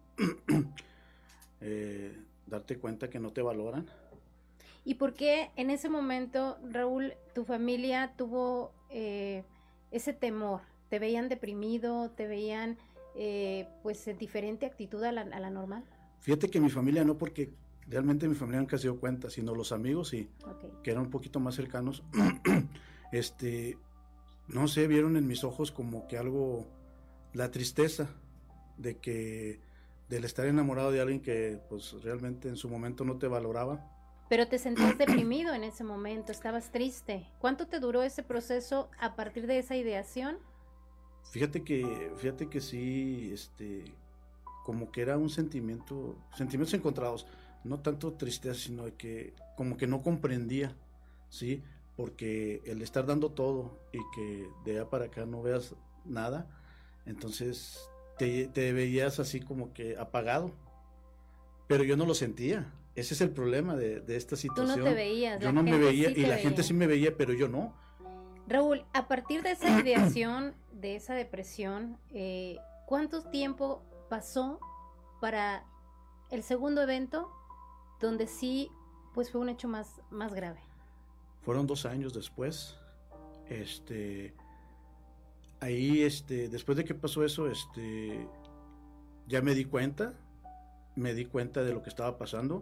Darte cuenta que no te valoran. ¿Y por qué en ese momento, Raúl, tu familia tuvo ese temor? ¿Te veían deprimido? ¿Te veían pues diferente actitud a la normal? Fíjate que mi familia no, porque realmente mi familia nunca se dio cuenta, sino los amigos sí, okay, que eran un poquito más cercanos. No sé, vieron en mis ojos como que algo, la tristeza del estar enamorado de alguien que pues realmente en su momento no te valoraba. Pero te sentías deprimido en ese momento, estabas triste. ¿Cuánto te duró ese proceso a partir de esa ideación? Fíjate que sí, como que era un sentimientos encontrados, no tanto tristeza, sino de que como que no comprendía, ¿sí? Porque el estar dando todo y que de allá para acá no veas nada, entonces te veías así como que apagado, pero yo no lo sentía. Ese es el problema de esta situación. Tú no te veías. Yo no me veía, y la gente sí me veía, pero yo no. Raúl, a partir de esa ideación, de esa depresión, ¿cuánto tiempo pasó para el segundo evento, donde sí pues fue un hecho más grave? Fueron 2 años después. Ahí, después de que pasó eso, ya me di cuenta de lo que estaba pasando.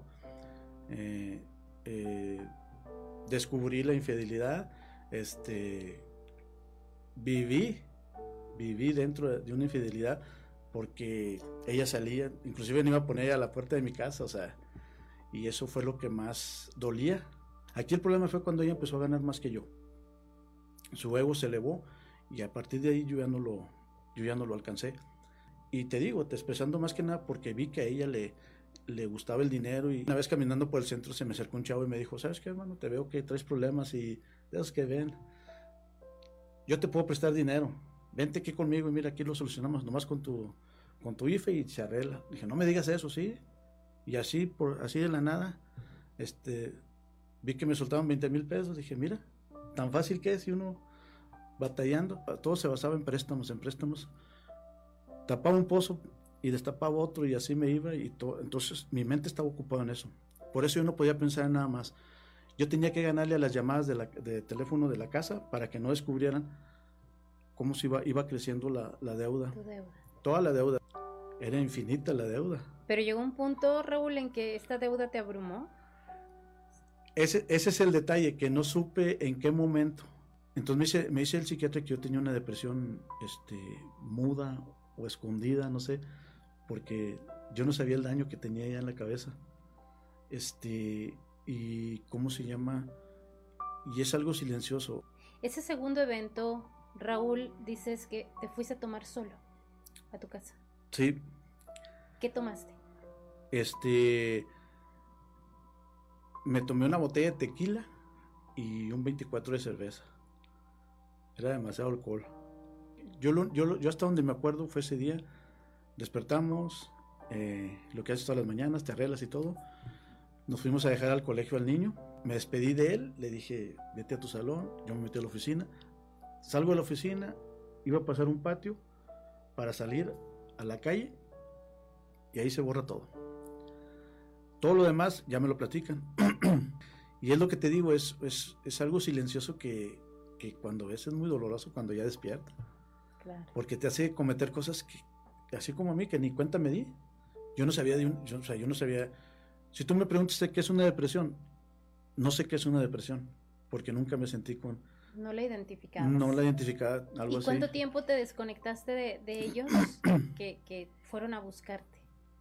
Descubrí la infidelidad, viví dentro de una infidelidad, porque ella salía, inclusive me iba a poner a la puerta de mi casa, o sea, y eso fue lo que más dolía. Aquí el problema fue cuando ella empezó a ganar más que yo. Su ego se elevó y a partir de ahí yo ya no lo alcancé. Y te digo, te expresando más que nada porque vi que a ella le gustaba el dinero, y una vez caminando por el centro se me acercó un chavo y me dijo, ¿sabes qué, hermano? Te veo que traes problemas y de esos que ven, yo te puedo prestar dinero, vente aquí conmigo y mira, aquí lo solucionamos nomás con tu IFE y se arregla. Dije, no me digas eso, ¿sí? Y así de la nada, vi que me soltaban 20,000 pesos, dije, mira, tan fácil que es, y uno batallando, todo se basaba en préstamos, tapaba un pozo y destapaba otro, y así me iba, y todo. Entonces mi mente estaba ocupada en eso, por eso yo no podía pensar en nada más. Yo tenía que ganarle a las llamadas de teléfono de la casa para que no descubrieran cómo se iba creciendo la deuda. Tu deuda. Toda la deuda, era infinita la deuda. Pero llegó un punto, Raúl, en que esta deuda te abrumó. Ese es el detalle, que no supe en qué momento. Entonces me dice el psiquiatra que yo tenía una depresión muda o escondida, no sé, porque yo no sabía el daño que tenía ya en la cabeza. Y ¿cómo se llama? Y es algo silencioso. Ese segundo evento, Raúl, dices que te fuiste a tomar solo a tu casa. Sí. ¿Qué tomaste? Me tomé una botella de tequila y un 24 de cerveza. Era demasiado alcohol. Yo hasta donde me acuerdo fue ese día. Despertamos, lo que haces todas las mañanas, te arreglas y todo. Nos fuimos a dejar al colegio al niño. Me despedí de él, le dije, vete a tu salón. Yo me metí a la oficina. Salgo de la oficina, iba a pasar un patio para salir a la calle, y ahí se borra todo. Todo lo demás ya me lo platican. Y es lo que te digo, es algo silencioso que cuando ves es muy doloroso cuando ya despierta. Claro. Porque te hace cometer cosas que, así como a mí, que ni cuenta me di. Yo no sabía yo no sabía. Si tú me preguntas qué es una depresión, no sé qué es una depresión, porque nunca me sentí con... No la identificabas. No la identificaba, algo así. ¿Y cuánto tiempo te desconectaste de ellos que fueron a buscarte?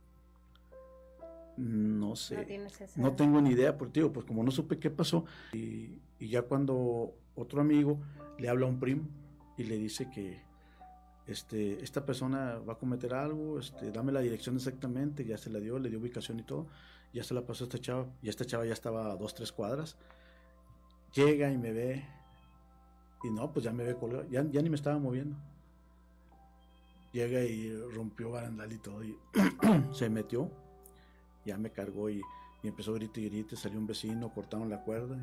No sé. No tienes esa... No tengo ni idea, porque digo, pues como no supe qué pasó, y ya cuando otro amigo le habla a un primo y le dice que esta persona va a cometer algo, dame la dirección exactamente, ya se la dio, le dio ubicación y todo, ya se la pasó a esta chava, y esta chava ya estaba a 2-3 cuadras, llega y me ve, y no, pues ya me ve colgado, ya ni me estaba moviendo. Llega y rompió barandal y todo, y se metió, ya me cargó y empezó a gritar y grite, salió un vecino, cortaron la cuerda.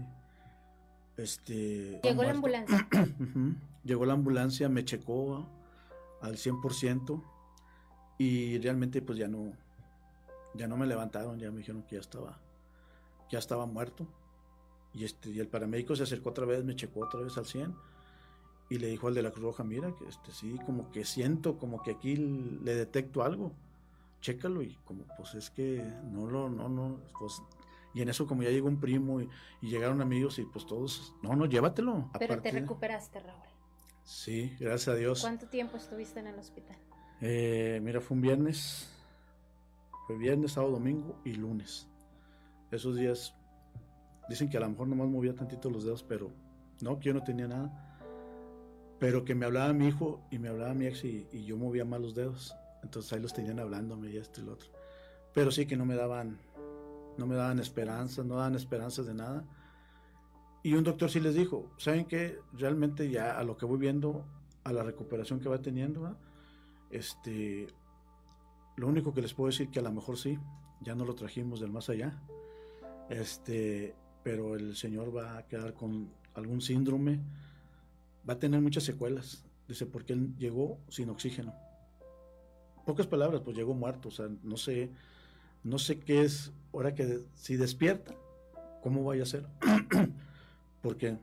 ¿Llegó la ambulancia? Llegó la ambulancia, me checó al 100%, y realmente pues ya no me levantaron, ya me dijeron que ya estaba muerto. Y el paramédico se acercó otra vez, me checó otra vez al 100, y le dijo al de la Cruz Roja, mira, que sí, como que siento, como que aquí le detecto algo, chécalo. Y como, pues es que no, pues, y en eso como ya llegó un primo y llegaron amigos, y pues todos, no, llévatelo. Pero te recuperaste, Raúl. Sí, gracias a Dios. ¿Cuánto tiempo estuviste en el hospital? Mira, fue viernes, sábado, domingo y lunes. Esos días dicen que a lo mejor nomás movía tantito los dedos, pero no, que yo no tenía nada. Pero que me hablaba mi hijo y me hablaba mi ex, y yo movía más los dedos. Entonces ahí los tenían hablándome y esto y lo otro. Pero sí que no me daban esperanzas, no daban esperanzas de nada. Y un doctor sí les dijo, ¿saben qué? Realmente ya a lo que voy viendo, a la recuperación que va teniendo, ¿verdad? Lo único que les puedo decir que a lo mejor sí, ya no lo trajimos del más allá. Pero el señor va a quedar con algún síndrome, va a tener muchas secuelas. Dice, porque él llegó sin oxígeno. Pocas palabras, pues llegó muerto. O sea, no sé qué es, ahora que si despierta, ¿cómo vaya a ser? Porque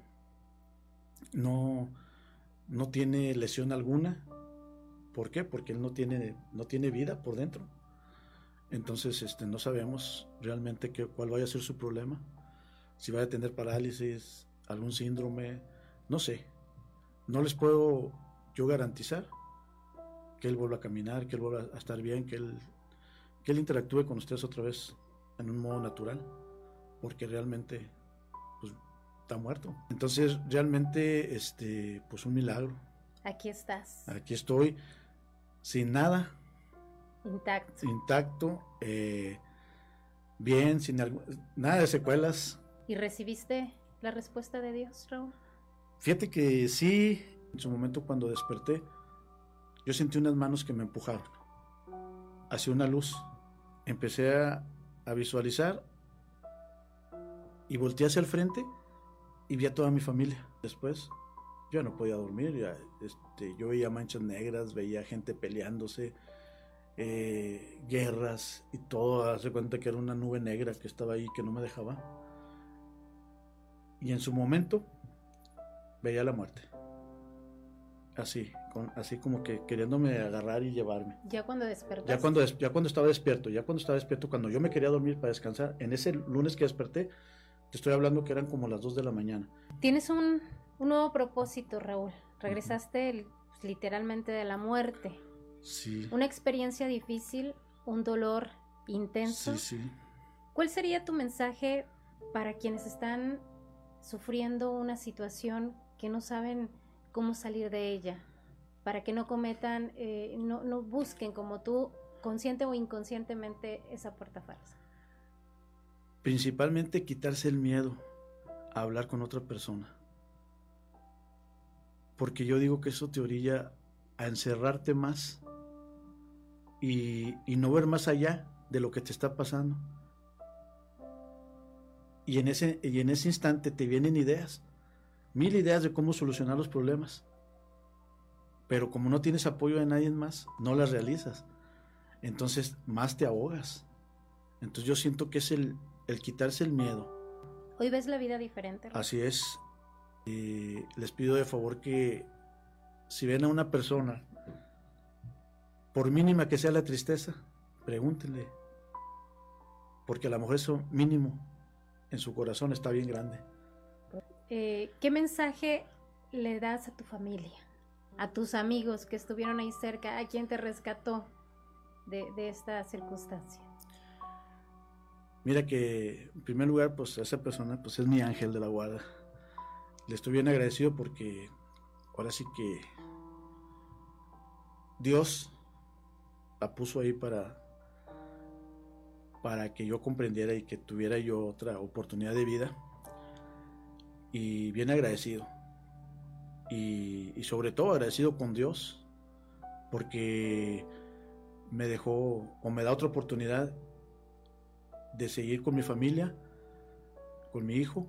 no tiene lesión alguna. ¿Por qué? Porque él no tiene vida por dentro. Entonces, no sabemos realmente cuál vaya a ser su problema. Si vaya a tener parálisis, algún síndrome, no sé. no les puedo yo garantizar que él vuelva a caminar, que él vuelva a estar bien, que él interactúe con ustedes otra vez en un modo natural, porque realmente pues, está muerto. Entonces realmente pues un milagro. Aquí estás. Aquí estoy sin nada. Intacto. Bien, sin nada de secuelas. ¿Y recibiste la respuesta de Dios, Raúl? Fíjate que sí, en su momento cuando desperté, yo sentí unas manos que me empujaron hacia una luz. Empecé a visualizar y volteé hacia el frente y vi a toda mi familia. Después yo no podía dormir, yo veía manchas negras, veía gente peleándose, guerras y todo. Hace cuenta que era una nube negra que estaba ahí, que no me dejaba. Y en su momento veía la muerte, así como que queriéndome agarrar y llevarme. Ya cuando despertaste. Ya cuando estaba despierto, cuando yo me quería dormir para descansar, en ese lunes que desperté, te estoy hablando que eran como las 2 de la mañana. Tienes un nuevo propósito, Raúl. Regresaste literalmente de la muerte. Sí. Una experiencia difícil, un dolor intenso. Sí. ¿Cuál sería tu mensaje para quienes están sufriendo una situación que no saben cómo salir de ella? Para que no cometan, no busquen como tú, consciente o inconscientemente, esa puerta falsa. Principalmente quitarse el miedo a hablar con otra persona. Porque yo digo que eso te orilla a encerrarte más y no ver más allá de lo que te está pasando. Y en ese instante te vienen ideas, 1000 ideas de cómo solucionar los problemas. Pero como no tienes apoyo de nadie más, no las realizas. Entonces más te ahogas. Entonces yo siento que es el quitarse el miedo. Hoy ves la vida diferente, ¿no? Así es. Les pido de favor que si ven a una persona, por mínima que sea la tristeza, pregúntenle. Porque a lo mejor eso mínimo en su corazón está bien grande. ¿Qué mensaje le das a tu familia, a tus amigos que estuvieron ahí cerca, a quien te rescató de esta circunstancia? Mira que en primer lugar pues esa persona pues es mi ángel de la guarda. Le estoy bien agradecido porque ahora sí que Dios la puso ahí para que yo comprendiera y que tuviera yo otra oportunidad de vida, y bien agradecido y sobre todo agradecido con Dios porque me dejó o me da otra oportunidad de seguir con mi familia, con mi hijo,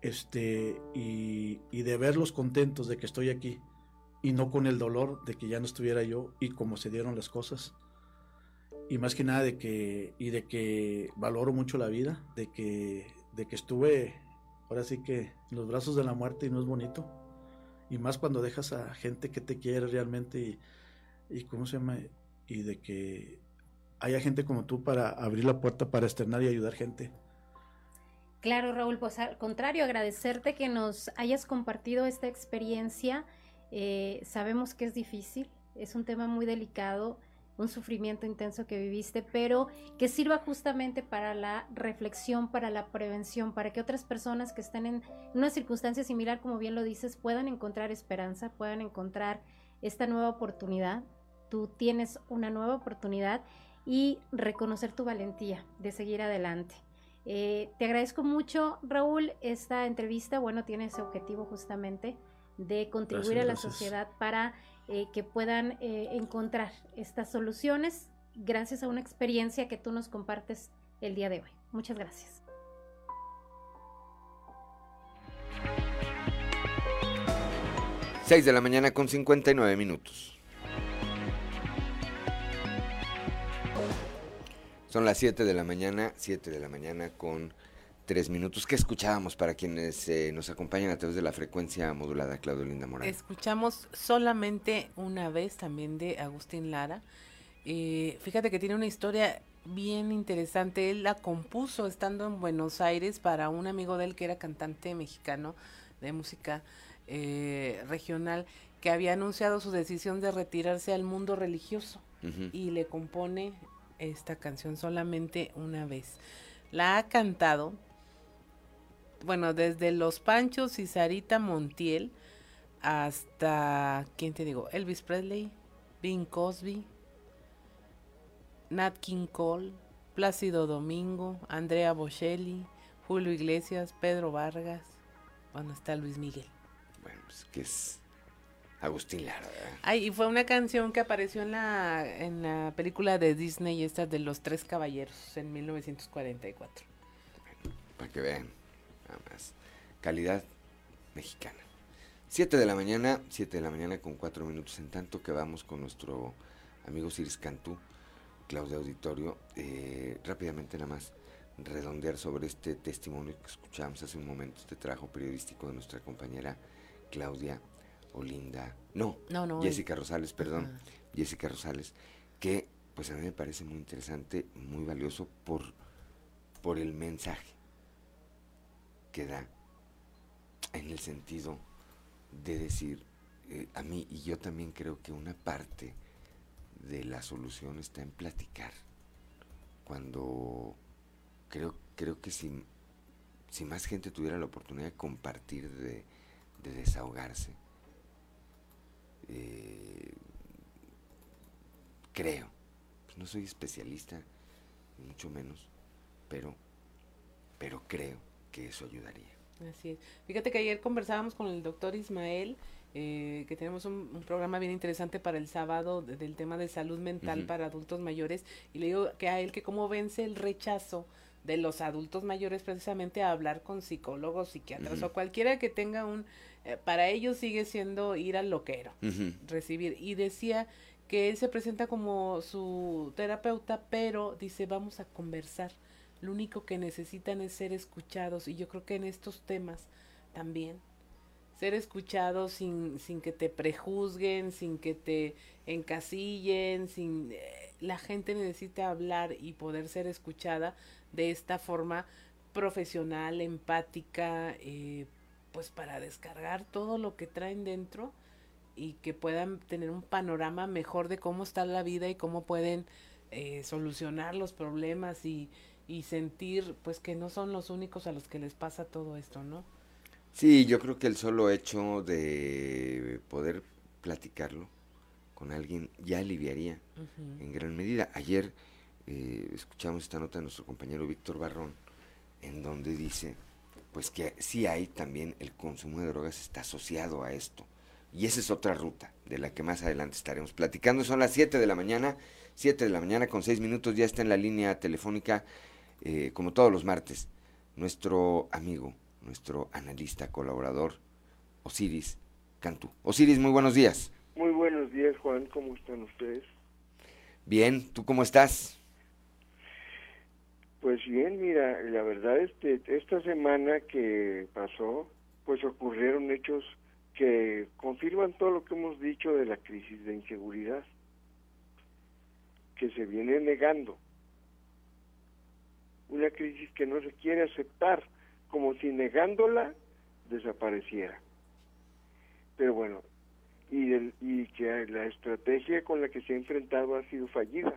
y de verlos contentos de que estoy aquí y no con el dolor de que ya no estuviera yo y cómo se dieron las cosas. Y más que nada de que valoro mucho la vida, de que estuve ahora sí que en los brazos de la muerte y no es bonito. Y más cuando dejas a gente que te quiere realmente y ¿cómo se llama? Y de que haya gente como tú para abrir la puerta para externar y ayudar gente. Claro, Raúl, pues al contrario, agradecerte que nos hayas compartido esta experiencia. Sabemos que es difícil, es un tema muy delicado, un sufrimiento intenso que viviste, pero que sirva justamente para la reflexión, para la prevención, para que otras personas que estén en una circunstancia similar, como bien lo dices, puedan encontrar esperanza, puedan encontrar esta nueva oportunidad. Tú tienes una nueva oportunidad y reconocer tu valentía de seguir adelante. Te agradezco mucho, Raúl, esta entrevista, bueno, tiene ese objetivo justamente de contribuir a la sociedad para que puedan encontrar estas soluciones gracias a una experiencia que tú nos compartes el día de hoy. Muchas gracias. Seis de la mañana con 59 minutos. Son las 7 de la mañana con 3 minutos. ¿Qué escuchábamos para quienes nos acompañan a través de la frecuencia modulada, Claudio Linda Morán? Escuchamos Solamente una vez, también de Agustín Lara. Fíjate que tiene una historia bien interesante. Él la compuso estando en Buenos Aires para un amigo de él que era cantante mexicano de música regional, que había anunciado su decisión de retirarse al mundo religioso y le compone esta canción solamente una vez. La ha cantado, bueno, desde Los Panchos y Sarita Montiel hasta, ¿quién te digo? Elvis Presley, Bing Crosby, Nat King Cole, Plácido Domingo, Andrea Bocelli, Julio Iglesias, Pedro Vargas, bueno, está Luis Miguel. Bueno, pues que es Agustín Lara, ¿verdad? Ay, y fue una canción que apareció en la película de Disney, esta de Los Tres Caballeros, en 1944. Bueno, para que vean, nada más. Calidad mexicana. 7 de la mañana con 4 minutos, en tanto que vamos con nuestro amigo Ciris Cantú, Claudia Auditorio, rápidamente nada más redondear sobre este testimonio que escuchamos hace un momento, este trabajo periodístico de nuestra compañera Claudia Jessica Rosales, perdón, Jessica Rosales, que pues a mí me parece muy interesante, muy valioso por el mensaje que da, en el sentido de decir, a mí, y yo también creo que una parte de la solución está en platicar. Cuando creo que si más gente tuviera la oportunidad de compartir, de desahogarse, creo, pues no soy especialista, ni mucho menos, pero creo que eso ayudaría. Así es. Fíjate que ayer conversábamos con el doctor Ismael, que tenemos un programa bien interesante para el sábado del tema de salud mental para adultos mayores, y le digo que a él que cómo vence el rechazo de los adultos mayores precisamente a hablar con psicólogos, psiquiatras o cualquiera que tenga para ellos sigue siendo ir al loquero, recibir, y decía que él se presenta como su terapeuta, pero dice vamos a conversar, lo único que necesitan es ser escuchados, y yo creo que en estos temas también ser escuchados sin que te prejuzguen, sin que te encasillen, la gente necesita hablar y poder ser escuchada de esta forma profesional, empática, pues para descargar todo lo que traen dentro y que puedan tener un panorama mejor de cómo está la vida y cómo pueden solucionar los problemas y sentir pues que no son los únicos a los que les pasa todo esto, ¿no? Sí, yo creo que el solo hecho de poder platicarlo con alguien ya aliviaría en gran medida. Ayer escuchamos esta nota de nuestro compañero Víctor Barrón, en donde dice pues que sí hay también el consumo de drogas está asociado a esto. Y esa es otra ruta de la que más adelante estaremos platicando. Son las 7 de la mañana con 6 minutos, ya está en la línea telefónica, como todos los martes, nuestro amigo, nuestro analista, colaborador, Osiris Cantú. Osiris, muy buenos días. Muy buenos días, Juan, ¿cómo están ustedes? Bien, ¿tú cómo estás? Pues bien, mira, la verdad esta semana que pasó, pues ocurrieron hechos que confirman todo lo que hemos dicho de la crisis de inseguridad, que se viene negando. Una crisis que no se quiere aceptar, como si negándola desapareciera. Pero bueno, y que la estrategia con la que se ha enfrentado ha sido fallida.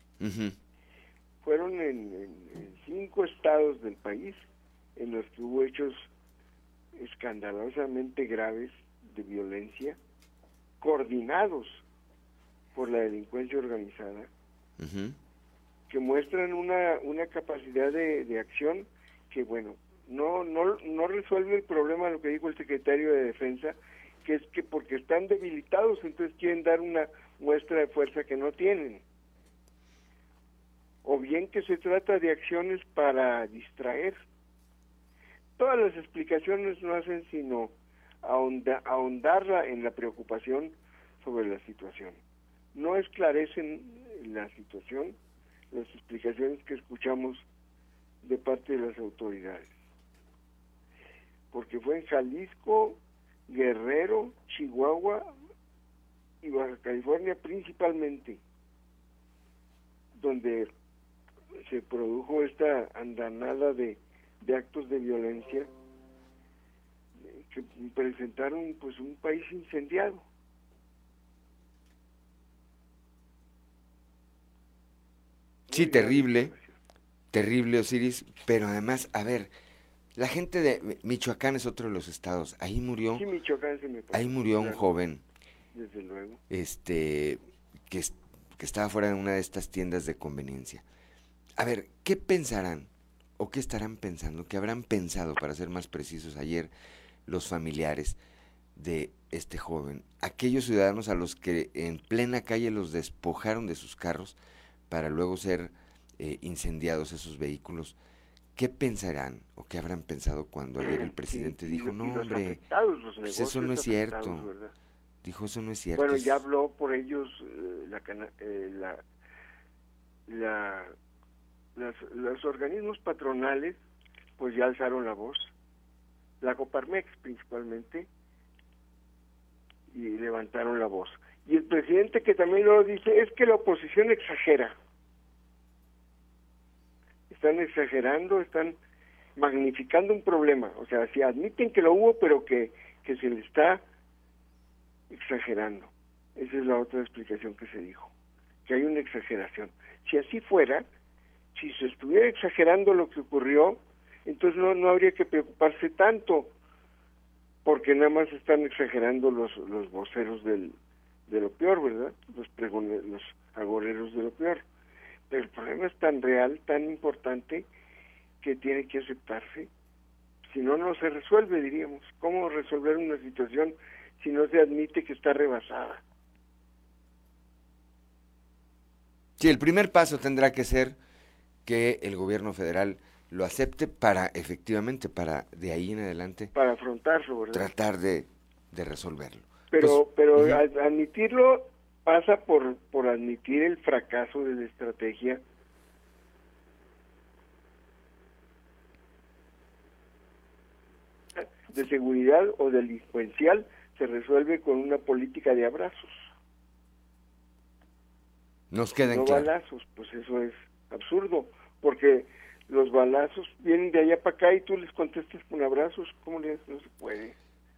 Fueron en 5 estados del país en los que hubo hechos escandalosamente graves de violencia, coordinados por la delincuencia organizada, que muestran una capacidad de acción que, bueno, no resuelve el problema, lo que dijo el secretario de Defensa, que es que porque están debilitados, entonces quieren dar una muestra de fuerza que no tienen. O bien que se trata de acciones para distraer. Todas las explicaciones no hacen sino ahondarla en la preocupación sobre la situación. No esclarecen la situación, las explicaciones que escuchamos de parte de las autoridades. Porque fue en Jalisco, Guerrero, Chihuahua y Baja California principalmente, donde se produjo esta andanada de actos de violencia que presentaron pues un país incendiado. Sí, terrible, terrible, Osiris, pero además, a ver, la gente de Michoacán es otro de los estados, ahí murió, Sí, Michoacán se me pasó. ahí murió un joven, Desde luego. que estaba fuera de una de estas tiendas de conveniencia. A ver, ¿qué pensarán o qué estarán pensando, qué habrán pensado, para ser más precisos, ayer los familiares de este joven, aquellos ciudadanos a los que en plena calle los despojaron de sus carros para luego ser incendiados esos vehículos? ¿Qué pensarán o qué habrán pensado cuando ayer el presidente dijo, no, hombre, pues eso no es cierto? Dijo, eso no es cierto. Bueno, ya habló por ellos los organismos patronales, pues ya alzaron la voz, la Coparmex principalmente, y levantaron la voz. Y el presidente, que también lo dice, es que la oposición exagera. Están exagerando, están magnificando un problema. O sea, si admiten que lo hubo, pero que se le está exagerando. Esa es la otra explicación que se dijo, que hay una exageración. Si así fuera, si se estuviera exagerando lo que ocurrió, entonces no habría que preocuparse tanto, porque nada más están exagerando los voceros de lo peor, ¿verdad? Los agoreros de lo peor. Pero el problema es tan real, tan importante, que tiene que aceptarse. Si no, no se resuelve, diríamos. ¿Cómo resolver una situación si no se admite que está rebasada? Sí, el primer paso tendrá que ser que el gobierno federal lo acepte para, efectivamente, para de ahí en adelante, para afrontarlo, ¿verdad? Tratar de resolverlo. Pero admitirlo pasa por admitir el fracaso de la estrategia de seguridad o delincuencial. Se resuelve con una política de abrazos. Nos queda no claro. Balazos, pues eso es absurdo, porque los balazos vienen de allá para acá y tú les contestas con abrazos. ¿Cómo no se puede?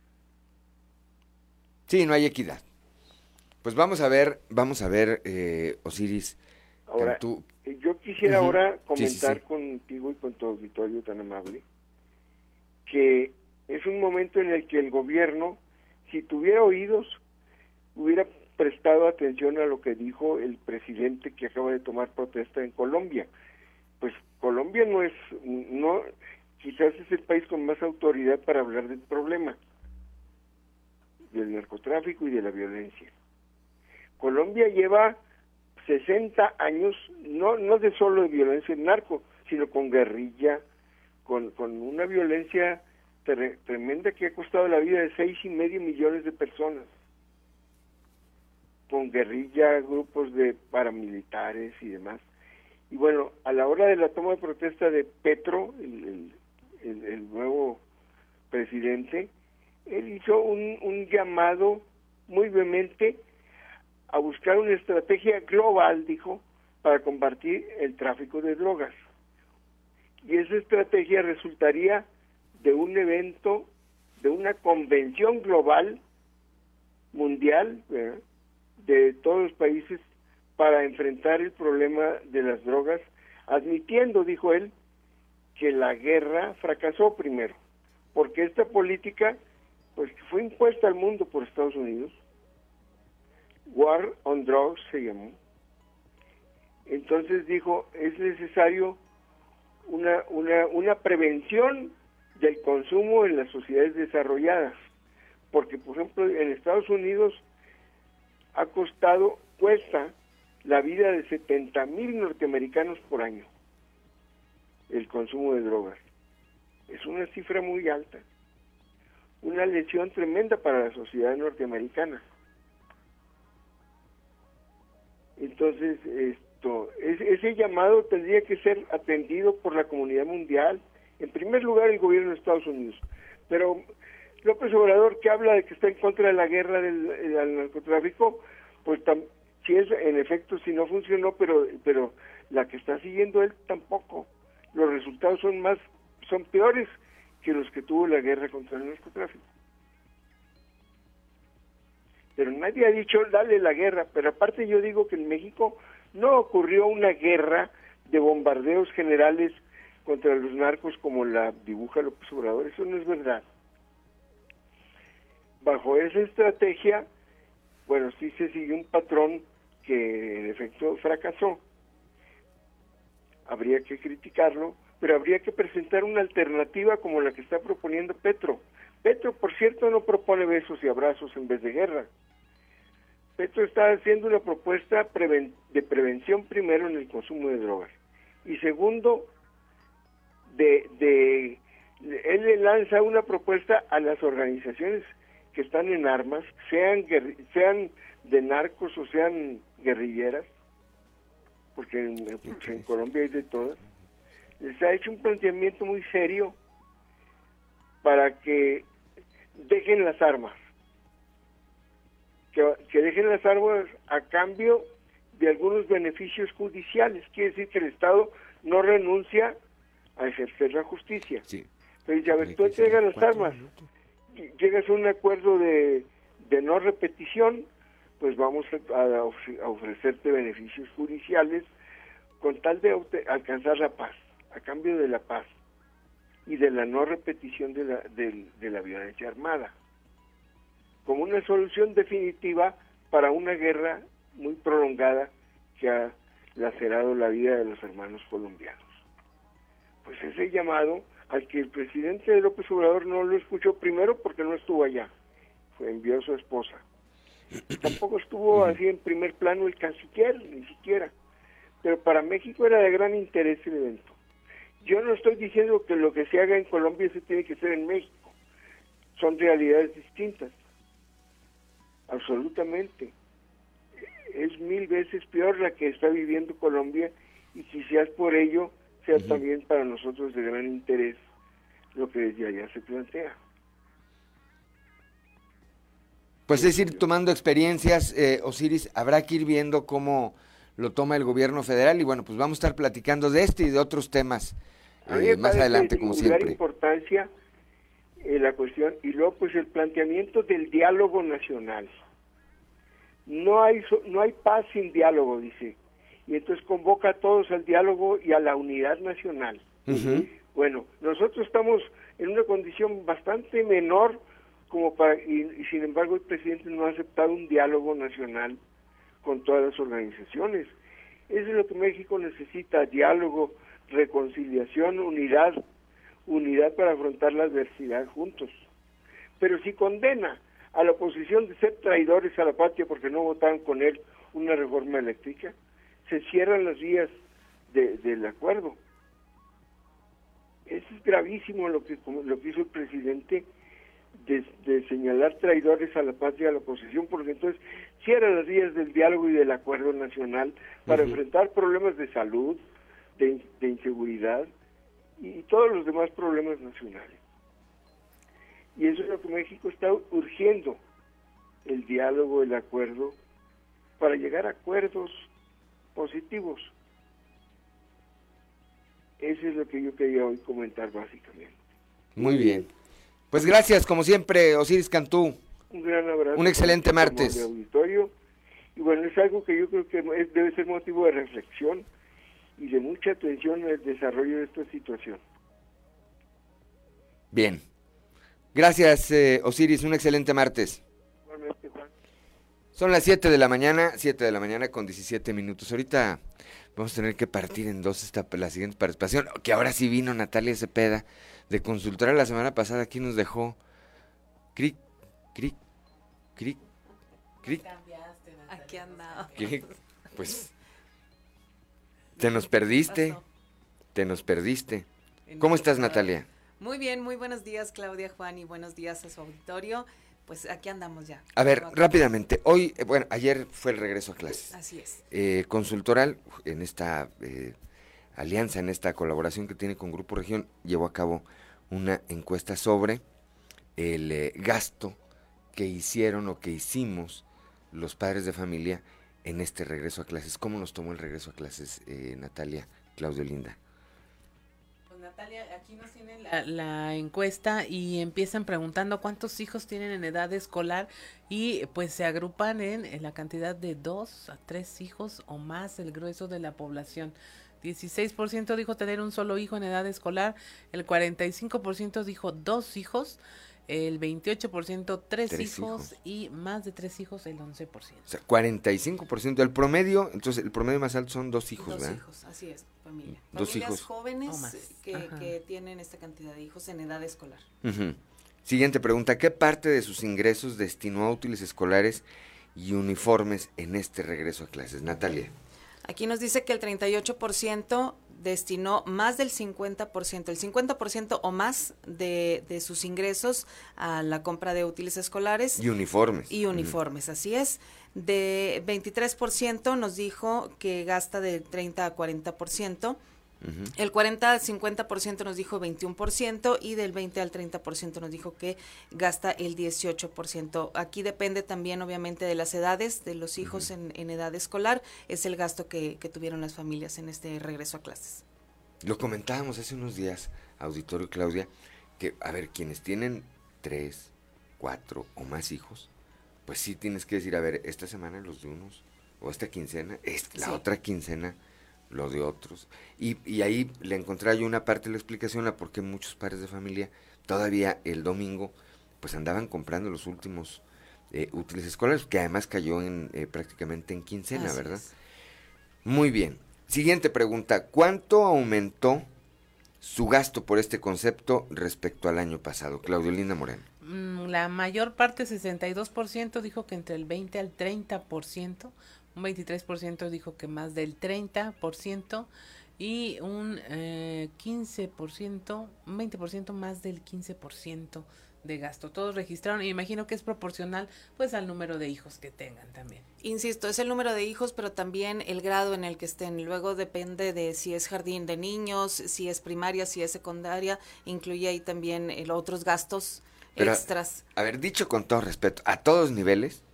Sí, no hay equidad. Pues vamos a ver, Osiris. Ahora, yo quisiera ahora comentar contigo y con tu auditorio tan amable, que es un momento en el que el gobierno, si tuviera oídos, hubiera prestado atención a lo que dijo el presidente que acaba de tomar protesta en Colombia. Pues Colombia quizás es el país con más autoridad para hablar del problema del narcotráfico y de la violencia. Colombia lleva 60 años, no de solo de violencia en narco, sino con guerrilla, con una violencia tremenda que ha costado la vida de 6.5 millones de personas, con guerrilla, grupos de paramilitares y demás. Y bueno, a la hora de la toma de protesta de Petro, el nuevo presidente, él hizo un llamado muy vehemente a buscar una estrategia global, dijo, para combatir el tráfico de drogas. Y esa estrategia resultaría de un evento, de una convención global, mundial, ¿verdad?, de todos los países para enfrentar el problema de las drogas, admitiendo, dijo él, que la guerra fracasó primero, porque esta política pues fue impuesta al mundo por Estados Unidos. War on Drugs se llamó. Entonces dijo, es necesario una prevención del consumo en las sociedades desarrolladas, porque por ejemplo en Estados Unidos cuesta la vida de 70,000 norteamericanos por año el consumo de drogas. Es una cifra muy alta, una lesión tremenda para la sociedad norteamericana. Entonces, ese llamado tendría que ser atendido por la comunidad mundial, en primer lugar el gobierno de Estados Unidos, pero López Obrador, que habla de que está en contra de la guerra del narcotráfico, pues si es en efecto, si no funcionó, pero la que está siguiendo él tampoco. Los resultados son peores que los que tuvo la guerra contra el narcotráfico. Pero nadie ha dicho dale la guerra, pero aparte yo digo que en México no ocurrió una guerra de bombardeos generales contra los narcos como la dibuja López Obrador. Eso no es verdad. Bajo esa estrategia, bueno, sí se siguió un patrón que en efecto fracasó. Habría que criticarlo, pero habría que presentar una alternativa como la que está proponiendo Petro. Petro, por cierto, no propone besos y abrazos en vez de guerra. Petro está haciendo una propuesta de prevención primero en el consumo de drogas y segundo, él le lanza una propuesta a las organizaciones que están en armas, sean de narcos o sean guerrilleras, porque en Colombia hay de todas. Les ha hecho un planteamiento muy serio para que dejen las armas, que dejen las armas a cambio de algunos beneficios judiciales. Quiere decir que el Estado no renuncia a ejercer la justicia. Sí. Pero ya ves, tú entregas las armas, llegas a un acuerdo de no repetición, pues vamos a ofrecerte beneficios judiciales con tal de alcanzar la paz, a cambio de la paz y de la no repetición de la violencia armada, como una solución definitiva para una guerra muy prolongada que ha lacerado la vida de los hermanos colombianos. Pues ese llamado al que el presidente López Obrador no lo escuchó, primero porque no estuvo allá, envió a su esposa. Tampoco estuvo así en primer plano el canciller, ni siquiera. Pero para México era de gran interés el evento. Yo no estoy diciendo que lo que se haga en Colombia se tiene que hacer en México. Son realidades distintas. Absolutamente. Es 1000 veces peor la que está viviendo Colombia y quizás por ello sea también para nosotros de gran interés lo que desde allá se plantea. Pues es ir tomando experiencias, Osiris, habrá que ir viendo cómo lo toma el gobierno federal y bueno, pues vamos a estar platicando de este y de otros temas más adelante, como siempre. Importancia la cuestión y luego pues el planteamiento del diálogo nacional. No hay paz sin diálogo, dice, y entonces convoca a todos al diálogo y a la unidad nacional. Bueno, nosotros estamos en una condición bastante menor como para y sin embargo el presidente no ha aceptado un diálogo nacional con todas las organizaciones. Eso es lo que México necesita: diálogo, reconciliación, unidad para afrontar la adversidad juntos. Pero si condena a la oposición de ser traidores a la patria porque no votaron con él una reforma eléctrica, se cierran las vías del acuerdo. Eso es gravísimo lo que hizo el presidente, de señalar traidores a la patria, a la oposición, porque entonces cierra las vías del diálogo y del acuerdo nacional para enfrentar problemas de salud, de inseguridad y todos los demás problemas nacionales. Y eso es lo que México está urgiendo, el diálogo, el acuerdo, para llegar a acuerdos positivos. Eso es lo que yo quería hoy comentar básicamente. Muy bien. Pues gracias, como siempre, Osiris Cantú. Un gran abrazo. Un excelente martes. De auditorio. Y bueno, es algo que yo creo que debe ser motivo de reflexión y de mucha atención en el desarrollo de esta situación. Bien. Gracias, Osiris. Un excelente martes. Igualmente, Juan. Son las 7 de la mañana con 17 minutos. Ahorita vamos a tener que partir en dos la siguiente participación, que ahora sí vino Natalia Cepeda de Consultora la semana pasada. Aquí nos dejó cric. Aquí andaba. Pues te nos perdiste. ¿Cómo estás, Natalia? Muy bien, muy buenos días, Claudia, Juan, y buenos días a su auditorio. Pues aquí andamos ya. A ver, rápidamente, hoy, ayer fue el regreso a clases. Así es. Consultoral, en esta alianza, en esta colaboración que tiene con Grupo Región, llevó a cabo una encuesta sobre el gasto que hicieron o que hicimos los padres de familia en este regreso a clases. ¿Cómo nos tomó el regreso a clases, Natalia, Claudio, Linda? Natalia, aquí nos tienen la encuesta y empiezan preguntando cuántos hijos tienen en edad escolar y pues se agrupan en la cantidad de 2 a 3 hijos o más, el grueso de la población. 16% dijo tener un solo hijo en edad escolar, el 45% dijo 2 hijos, el 28% 3 hijos y más de 3 hijos el 11%. O sea, 45%. El promedio, entonces el promedio más alto son 2 hijos, ¿verdad? 2 hijos, así es, familia. 2 Familias hijos jóvenes que tienen esta cantidad de hijos en edad escolar. Siguiente pregunta, ¿qué parte de sus ingresos destinó a útiles escolares y uniformes en este regreso a clases? Natalia. Aquí nos dice que el 38% destinó más del 50%, el 50% o más de sus ingresos a la compra de útiles escolares. Y uniformes. Y uniformes, así es. De 23% nos dijo que gasta de 30 a 40%. El 40 al 50% nos dijo 21% y del 20 al 30% nos dijo que gasta el 18%. Aquí depende también obviamente de las edades de los hijos en edad escolar, es el gasto que tuvieron las familias en este regreso a clases. Lo comentábamos hace unos días, auditorio Claudia, que a ver, quienes tienen 3, 4 o más hijos, pues sí tienes que decir, a ver, esta semana los de unos, o esta quincena, la otra quincena lo de otros, y ahí le encontré yo una parte de la explicación a por qué muchos padres de familia todavía el domingo pues andaban comprando los últimos útiles escolares, que además cayó prácticamente en quincena. Así ¿verdad? Es. Muy bien. Siguiente pregunta, ¿cuánto aumentó su gasto por este concepto respecto al año pasado? Claudiolina Moreno. La mayor parte, 62%, dijo que entre el 20 al 30%, un 23% dijo que más del 30% y un 15%, un 20% más del 15% de gasto. Todos registraron y imagino que es proporcional pues al número de hijos que tengan también. Insisto, es el número de hijos, pero también el grado en el que estén. Luego depende de si es jardín de niños, si es primaria, si es secundaria, incluye ahí también otros gastos extras. A ver, dicho con todo respeto, a todos niveles,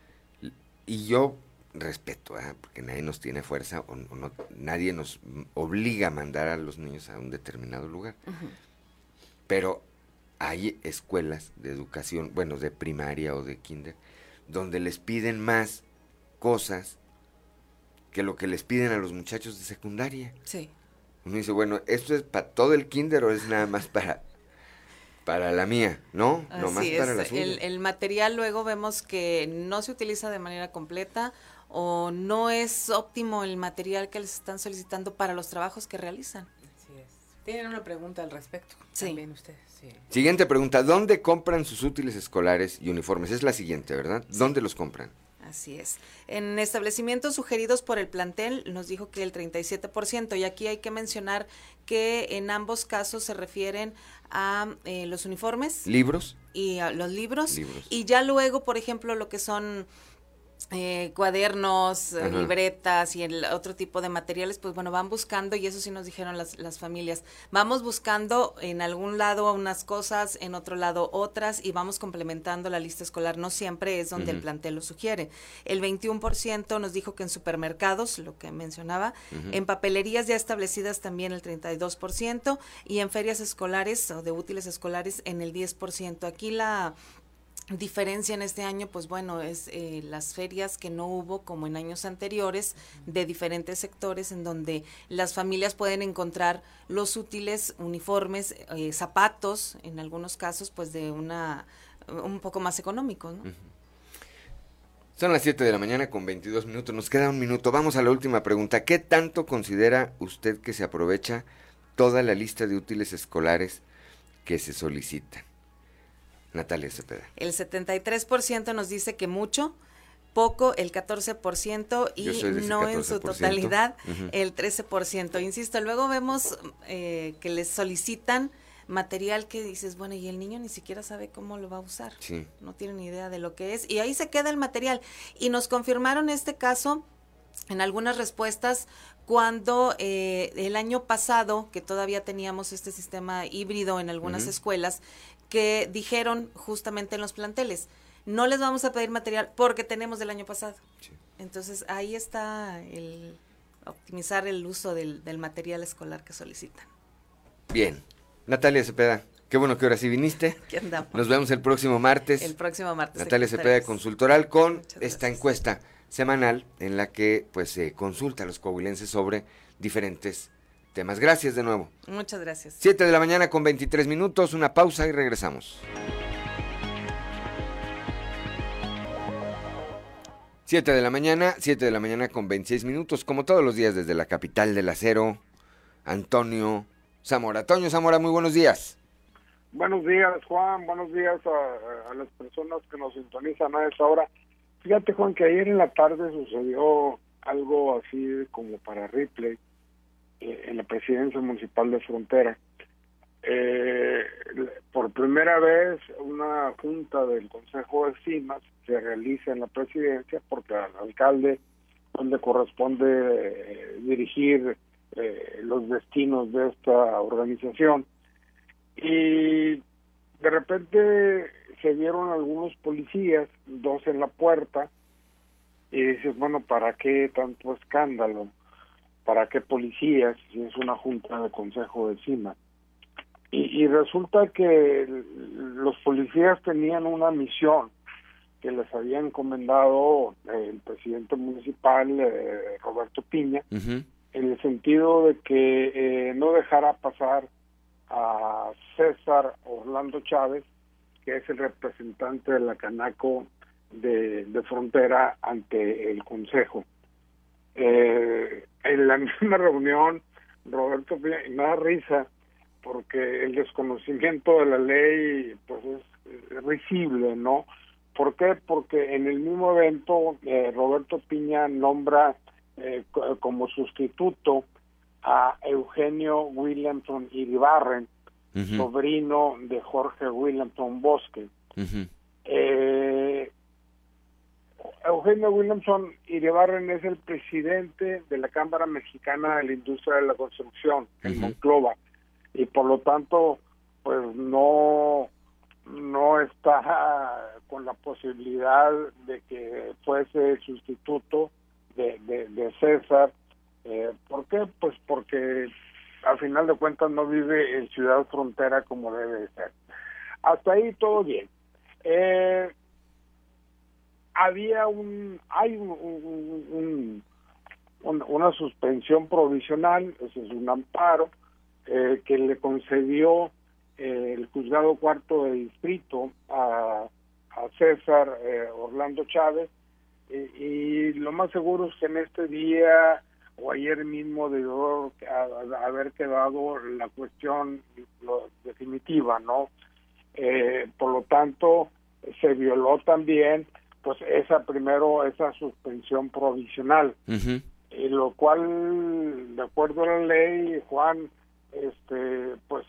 y yo respeto, porque nadie nos tiene fuerza o no, nadie nos obliga a mandar a los niños a un determinado lugar. Pero hay escuelas de educación, bueno, de primaria o de kinder, donde les piden más cosas que lo que les piden a los muchachos de secundaria. Sí. Uno dice, bueno, ¿esto es para todo el kinder o es nada más para la mía? No, nomás para la suya. El material luego vemos que no se utiliza de manera completa o no es óptimo el material que les están solicitando para los trabajos que realizan. Así es. Tienen una pregunta al respecto. Sí. También ustedes. Sí. Siguiente pregunta, ¿dónde compran sus útiles escolares y uniformes? Es la siguiente, ¿verdad? Sí. ¿Dónde los compran? Así es. En establecimientos sugeridos por el plantel nos dijo que el 37%, y aquí hay que mencionar que en ambos casos se refieren a los uniformes. ¿Libros? Y a los libros. Y ya luego, por ejemplo, lo que son cuadernos, libretas y el otro tipo de materiales, pues bueno, van buscando, y eso sí nos dijeron las familias, vamos buscando en algún lado unas cosas, en otro lado otras, y vamos complementando la lista escolar, no siempre es donde el plantel lo sugiere. El 21% nos dijo que en supermercados, lo que mencionaba, en papelerías ya establecidas también el 32%, y en ferias escolares o de útiles escolares en el 10%. Aquí la diferencia en este año, pues bueno, es las ferias que no hubo como en años anteriores de diferentes sectores, en donde las familias pueden encontrar los útiles, uniformes, zapatos, en algunos casos, pues de un poco más económico, ¿no? Son las 7 de la mañana con 22 minutos, nos queda un minuto. Vamos a la última pregunta. ¿Qué tanto considera usted que se aprovecha toda la lista de útiles escolares que se solicitan? Natalia Cepeda. El 73% nos dice que mucho, poco el 14% y no 14%. En su totalidad el 13%. Insisto, luego vemos que les solicitan material que dices, bueno, y el niño ni siquiera sabe cómo lo va a usar. Sí. No tiene ni idea de lo que es. Y ahí se queda el material. Y nos confirmaron este caso en algunas respuestas cuando el año pasado, que todavía teníamos este sistema híbrido en algunas escuelas, que dijeron justamente en los planteles, no les vamos a pedir material porque tenemos del año pasado. Sí. Entonces ahí está el optimizar el uso del material escolar que solicitan. Bien, Natalia Cepeda, qué bueno que ahora sí viniste. Aquí andamos. Nos vemos el próximo martes. El próximo martes. Natalia Cepeda, Consultoral, con esta encuesta semanal en la que pues se consulta a los coahuilenses sobre diferentes temas. Gracias de nuevo. Muchas gracias. 7 de la mañana con 23 minutos, una pausa y regresamos. 7 de la mañana con 26 minutos, como todos los días desde la capital del acero, Antonio Zamora. Toño Zamora, muy buenos días. Buenos días, Juan. Buenos días a las personas que nos sintonizan a esta hora. Fíjate, Juan, que ayer en la tarde sucedió algo así como para Ripley en la presidencia municipal de Frontera. Por primera vez una junta del Consejo de Cimas se realiza en la presidencia porque al alcalde donde corresponde dirigir los destinos de esta organización. Y de repente se vieron algunos policías, 2 en la puerta, y dices, bueno, ¿para qué tanto escándalo? ¿Para qué policías si es una junta de consejo de Cimas? Y resulta que los policías tenían una misión que les había encomendado el presidente municipal, Roberto Piña, en el sentido de que no dejara pasar a César Orlando Chávez, que es el representante de la Canaco de Frontera ante el Consejo. En la misma reunión, Roberto Piña, y me da risa, porque el desconocimiento de la ley pues es risible, ¿no? ¿Por qué? Porque en el mismo evento Roberto Piña nombra como sustituto a Eugenio Williamson Iribarren, sobrino de Jorge Williamson Bosque. Eugenio Williamson Iribarren es el presidente de la Cámara Mexicana de la Industria de la Construcción en Monclova, y por lo tanto pues no está con la posibilidad de que fuese el sustituto de César. ¿Por qué? Pues porque al final de cuentas no vive en Ciudad Frontera como debe ser. Hasta ahí todo bien. Hay una suspensión provisional, ese es un amparo que le concedió el juzgado cuarto de distrito a César Orlando Chávez, y lo más seguro es que en este día o ayer mismo debió haber quedado la cuestión definitiva, ¿no? Por lo tanto, se violó también pues esa suspensión provisional, y lo cual, de acuerdo a la ley, Juan, pues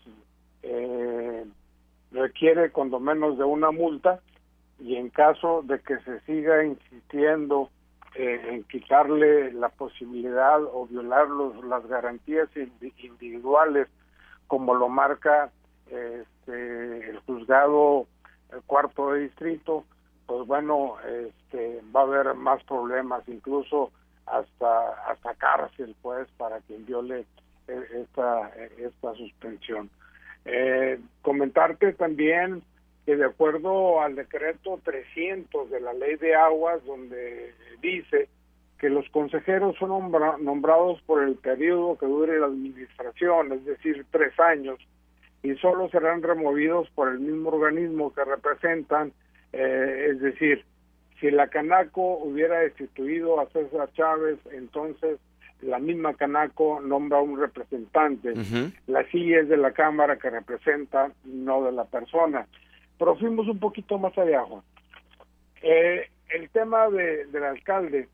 requiere cuando menos de una multa, y en caso de que se siga insistiendo en quitarle la posibilidad o violar las garantías individuales como lo marca el juzgado cuarto de distrito, pues bueno, va a haber más problemas, incluso hasta cárcel, pues, para quien viole esta suspensión. Comentarte también que de acuerdo al decreto 300 de la Ley de Aguas, donde dice que los consejeros son nombrados por el periodo que dure la administración, es decir, 3 años, y solo serán removidos por el mismo organismo que representan, es decir, si la Canaco hubiera destituido a César Chávez, entonces la misma Canaco nombra un representante. La silla es de la Cámara que representa, no de la persona. Pero fuimos un poquito más allá, Juan. El tema del alcalde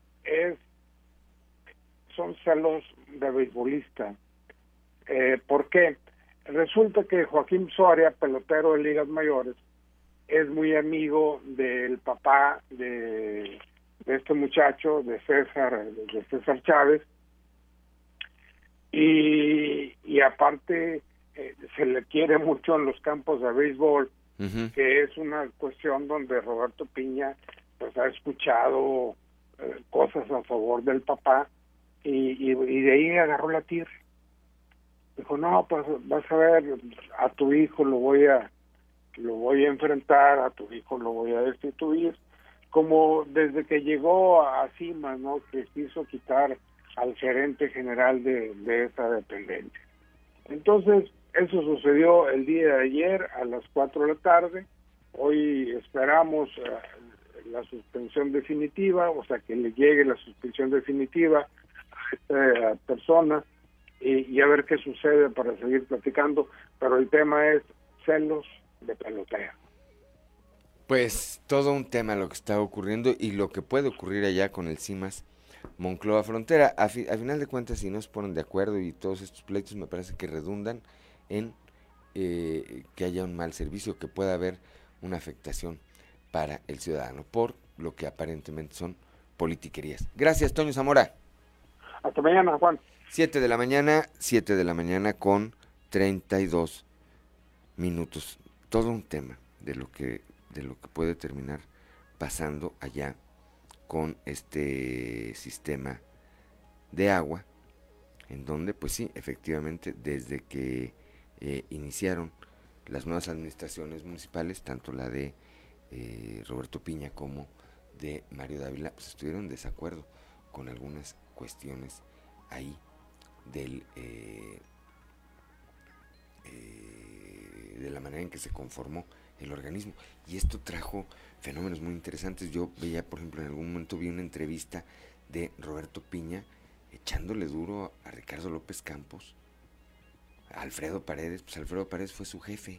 son celos de beisbolista. ¿Por qué? Resulta que Joaquín Soria, pelotero de ligas mayores, es muy amigo del papá de este muchacho, de César Chávez, y aparte se le quiere mucho en los campos de béisbol, que es una cuestión donde Roberto Piña pues ha escuchado cosas a favor del papá, y de ahí agarró la tierra. Dijo, no, pues vas a ver, a tu hijo lo voy a enfrentar, a tu hijo lo voy a destituir, como desde que llegó a Cimas, ¿no? Que quiso quitar al gerente general de esa dependencia. Entonces, eso sucedió el día de ayer a las 4 de la tarde. Hoy esperamos la suspensión definitiva, o sea, que le llegue la suspensión definitiva a esta persona y a ver qué sucede para seguir platicando, pero el tema es celos de peloteo. Pues todo un tema lo que está ocurriendo y lo que puede ocurrir allá con el CIMAS Monclova Frontera. A final de cuentas, si no se ponen de acuerdo y todos estos pleitos me parece que redundan en que haya un mal servicio, que pueda haber una afectación para el ciudadano, por lo que aparentemente son politiquerías. Gracias, Toño Zamora. Hasta mañana, Juan. 7 de la mañana con 32 minutos. Todo un tema de lo que puede terminar pasando allá con este sistema de agua, en donde, pues sí, efectivamente, desde que iniciaron las nuevas administraciones municipales, tanto la de Roberto Piña como de Mario Dávila, pues estuvieron en desacuerdo con algunas cuestiones ahí de la manera en que se conformó el organismo, y esto trajo fenómenos muy interesantes. Yo veía, por ejemplo, en algún momento vi una entrevista de Roberto Piña echándole duro a Ricardo López Campos, a Alfredo Paredes. Pues Alfredo Paredes fue su jefe.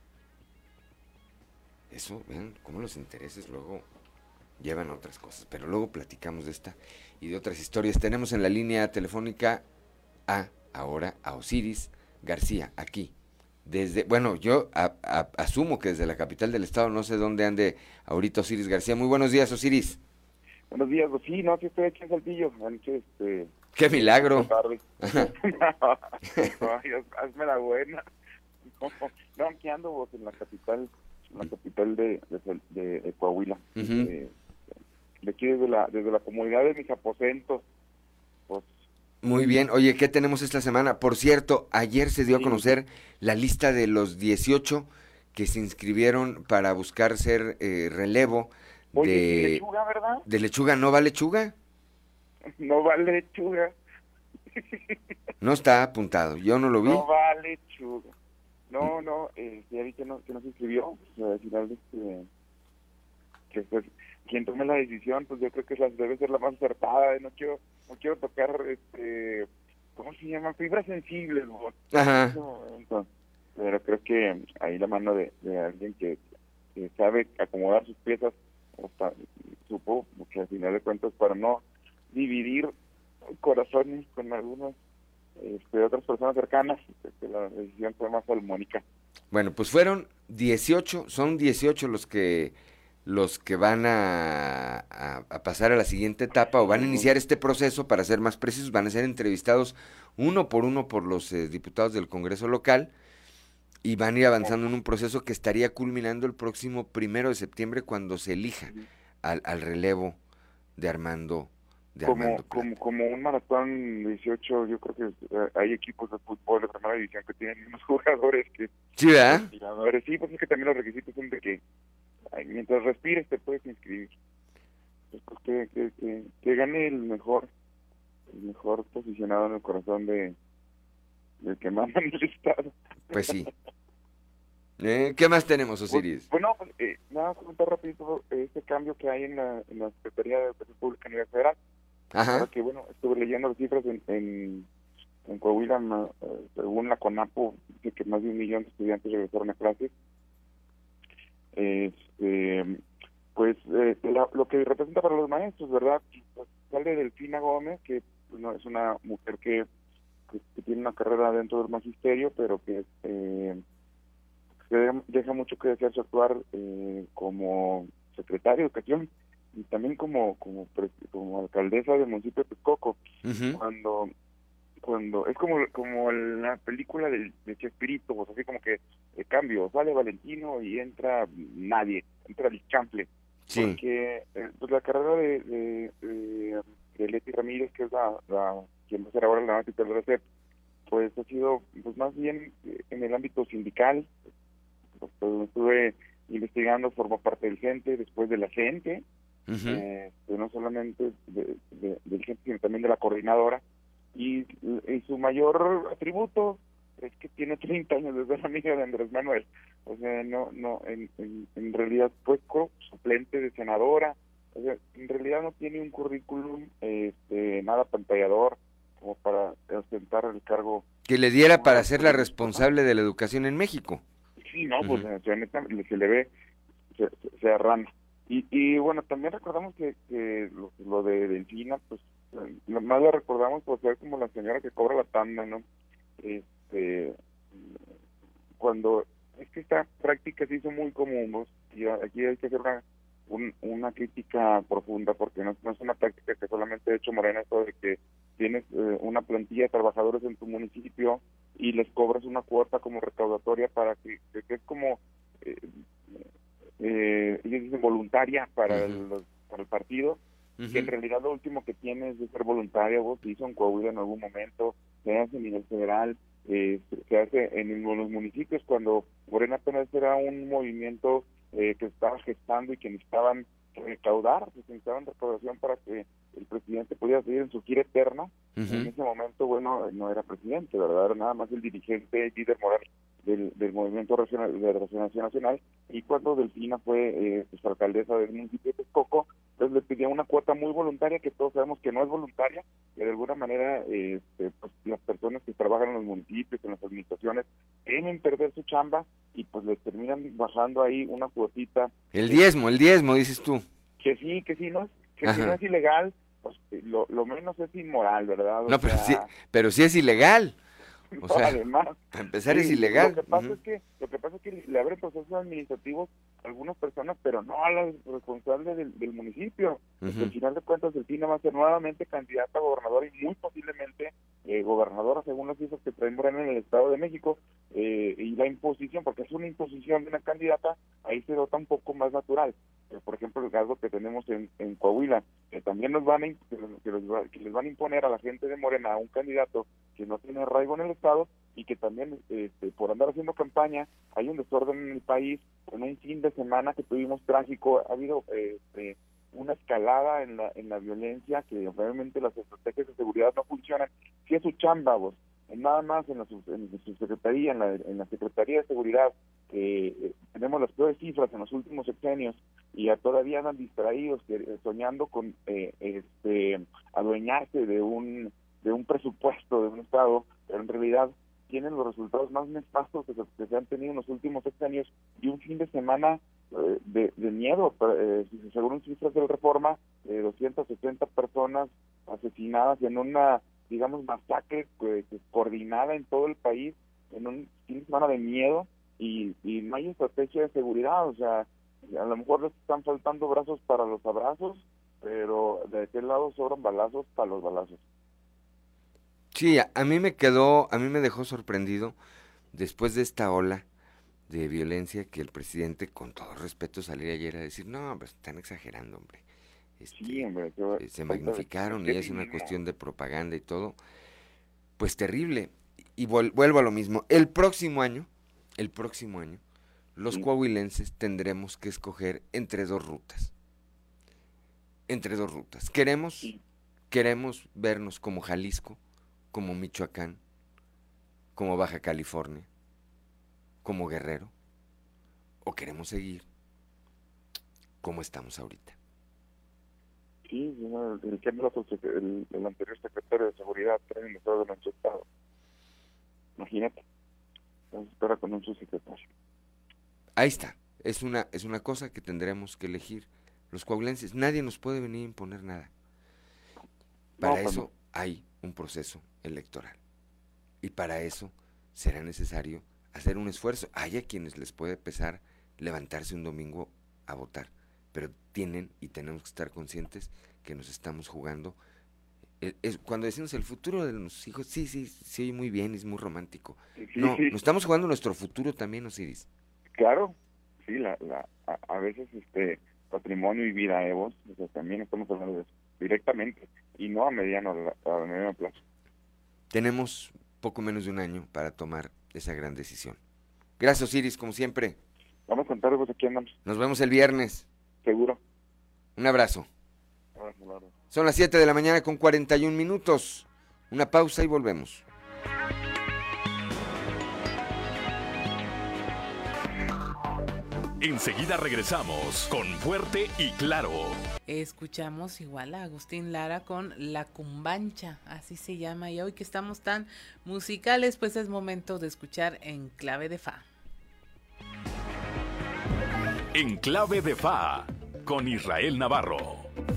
Eso, vean cómo los intereses luego llevan a otras cosas, pero luego platicamos de esta y de otras historias. Tenemos en la línea telefónica ahora a Osiris García, aquí desde, bueno, yo asumo que desde la capital del estado, no sé dónde ande ahorita Osiris García. Muy buenos días, Osiris. Buenos días, pues sí, no, que estoy aquí en Saltillo. Anoche, ¡qué milagro! Hazme la buena. No, aquí ando vos en la capital de Coahuila. De aquí desde la comunidad de mis aposentos. Pues, muy bien. Oye, ¿qué tenemos esta semana? Por cierto, ayer se dio a conocer la lista de los 18 que se inscribieron para buscar ser relevo. Oye, de lechuga, ¿verdad? ¿De lechuga? ¿No va lechuga? No va lechuga. No está apuntado, yo no lo vi. No va lechuga. No, ya vi que no se inscribió. O sea, al final, que pues, quien tome la decisión, pues yo creo que debe ser la más acertada. No quiero tocar, ¿cómo se llama? Fibras sensibles, ¿no? Ajá. Entonces, pero creo que ahí la mano de alguien que sabe acomodar sus piezas, supo que al final de cuentas, para no dividir corazones con algunas otras personas cercanas, que la decisión fue más salmónica. Bueno, pues fueron 18, son 18 los que van a pasar a la siguiente etapa, o van a iniciar este proceso. Para ser más precisos, van a ser entrevistados uno por uno por los diputados del Congreso local, y van a ir avanzando en un proceso que estaría culminando el próximo 1 de septiembre, cuando se elija al relevo de Armando. Como un maratón 18, yo creo que hay equipos de fútbol de primera división que tienen unos jugadores que... Sí, ¿verdad? Sí, pues es que también los requisitos son de que mientras respires te puedes inscribir. Pues que gane el mejor posicionado en el corazón del que manda en el estado. Pues sí. ¿Qué más tenemos, Osiris? Bueno, nada, comentar rapidito este cambio que hay en la Secretaría de Educación Pública a nivel federal. Ajá. Ahora que, bueno, estuve leyendo las cifras en Coahuila, según la CONAPO, dice que más de 1 millón de estudiantes regresaron a clases. Lo que representa para los maestros, ¿verdad? Pues, sale Delfina Gómez, que bueno, es una mujer que tiene una carrera dentro del magisterio, pero que deja mucho que desear su actuar como secretaria de Educación y también como alcaldesa del municipio de Texcoco. Uh-huh. Cuando es como la película de Chespirito, pues así como que el cambio, sale Valentino y entra nadie, entra el chanfle. Sí. Porque pues la carrera de Leti Ramírez, que es quien va a ser ahora la titular de la SEP, pues ha sido pues más bien en el ámbito sindical. Pues, estuve investigando, formó parte del CENTE, después de la CENTE, no solamente del jefe, sino también de la coordinadora, y su mayor atributo es que tiene 30 años de ser amiga de Andrés Manuel. O sea, en realidad fue suplente de senadora. O sea, en realidad no tiene un currículum nada pantallador como para ostentar el cargo. Que le diera para ser la responsable de la educación en México. Sí, no, pues se le ve, se arrana. Y bueno, también recordamos que lo de Delfina, pues, más la recordamos por ser como la señora que cobra la tanda, ¿no? Cuando es que esta práctica se hizo muy común, y aquí hay que hacer una crítica profunda, porque no es una práctica que solamente ha hecho Morena, esto de que tienes una plantilla de trabajadores en tu municipio y les cobras una cuota como recaudatoria para que es como ellos dicen voluntaria para el partido, que en realidad lo último que tiene es de ser voluntaria. Vos se hizo en Coahuila en algún momento, se hace a nivel federal, se hace en los municipios cuando Morena apenas era un movimiento que estaba gestando y que necesitaban recaudar, necesitaban recaudación para que el presidente pudiera seguir en su gira eterna. En ese momento, bueno, no era presidente, ¿verdad? Era nada más el dirigente, líder moral del movimiento de Regeneración Nacional, y cuando Delfina fue alcaldesa del municipio de Texcoco, entonces le pedía una cuota muy voluntaria, que todos sabemos que no es voluntaria, que de alguna manera pues las personas que trabajan en los municipios, en las administraciones, temen perder su chamba y pues les terminan bajando ahí una cuotita. El diezmo, dices tú. Que sí, no es ilegal, pues lo menos es inmoral, ¿verdad? Pero sí es ilegal. O sea, además, para empezar es ilegal. Lo que pasa es que le abren procesos administrativos a algunas personas, pero no a las responsables del municipio. Al final de cuentas, Delfina va a ser nuevamente candidata a gobernadora y muy posiblemente gobernadora, según las cifras que trae Morena en el Estado de México. Y la imposición, porque es una imposición de una candidata, ahí se nota un poco más natural. Por ejemplo, el caso que tenemos en Coahuila, que también les van a imponer a la gente de Morena a un candidato que no tiene arraigo en el Estado, y que también por andar haciendo campaña hay un desorden en el país. En un fin de semana que tuvimos trágico, ha habido una escalada en la violencia, que obviamente las estrategias de seguridad no funcionan. Si es su chamba, vos, nada más en su secretaría, en la Secretaría de Seguridad, tenemos las peores cifras en los últimos sexenios, y todavía andan distraídos, soñando con adueñarse de un presupuesto de un Estado, pero en realidad tienen los resultados más nefastos que se han tenido en los últimos sexenios, y un fin de semana de miedo. Según cifras de la Reforma, 270 personas asesinadas en una, digamos, masacre coordinada en todo el país, en un fin de semana de miedo, y no hay estrategia de seguridad. O sea, a lo mejor les están faltando brazos para los abrazos, pero de aquel lado sobran balazos para los balazos. Sí, a mí me dejó sorprendido después de esta ola de violencia, que el presidente, con todo respeto, saliera ayer a decir, no, pues están exagerando, hombre. Sí, hombre. Se magnificaron y es una cuestión de propaganda y todo. Pues terrible. Y vuelvo a lo mismo. El próximo año, los coahuilenses tendremos que escoger entre dos rutas. Queremos vernos como Jalisco, como Michoacán, como Baja California, como Guerrero, o queremos seguir como estamos ahorita. Sí, el anterior secretario de Seguridad trae el estado de nuestro estado. Imagínate, nos espera con un subsecretario. Ahí está, es una cosa que tendremos que elegir los coahuilenses. Nadie nos puede venir a imponer nada. Para eso hay un proceso electoral, y para eso será necesario hacer un esfuerzo. Hay a quienes les puede pesar levantarse un domingo a votar, pero tenemos que estar conscientes que nos estamos jugando. Cuando decimos el futuro de nuestros hijos, sí, oye muy bien, es muy romántico. Nos estamos jugando nuestro futuro también, Osiris. Claro, sí, a veces patrimonio y vida, vos, o sea, también estamos hablando de eso directamente, y no a mediano plazo. Tenemos poco menos de un año para tomar esa gran decisión. Gracias, Osiris, como siempre. Vamos a contar, vos, aquí andamos. Nos vemos el viernes. Seguro. Un abrazo. Son las 7 de la mañana con 41 minutos. Una pausa y volvemos. Enseguida regresamos con Fuerte y Claro. Escuchamos igual a Agustín Lara con La Cumbancha, así se llama, y hoy que estamos tan musicales, pues es momento de escuchar En Clave de Fa. En Clave de Fa, con Israel Navarro.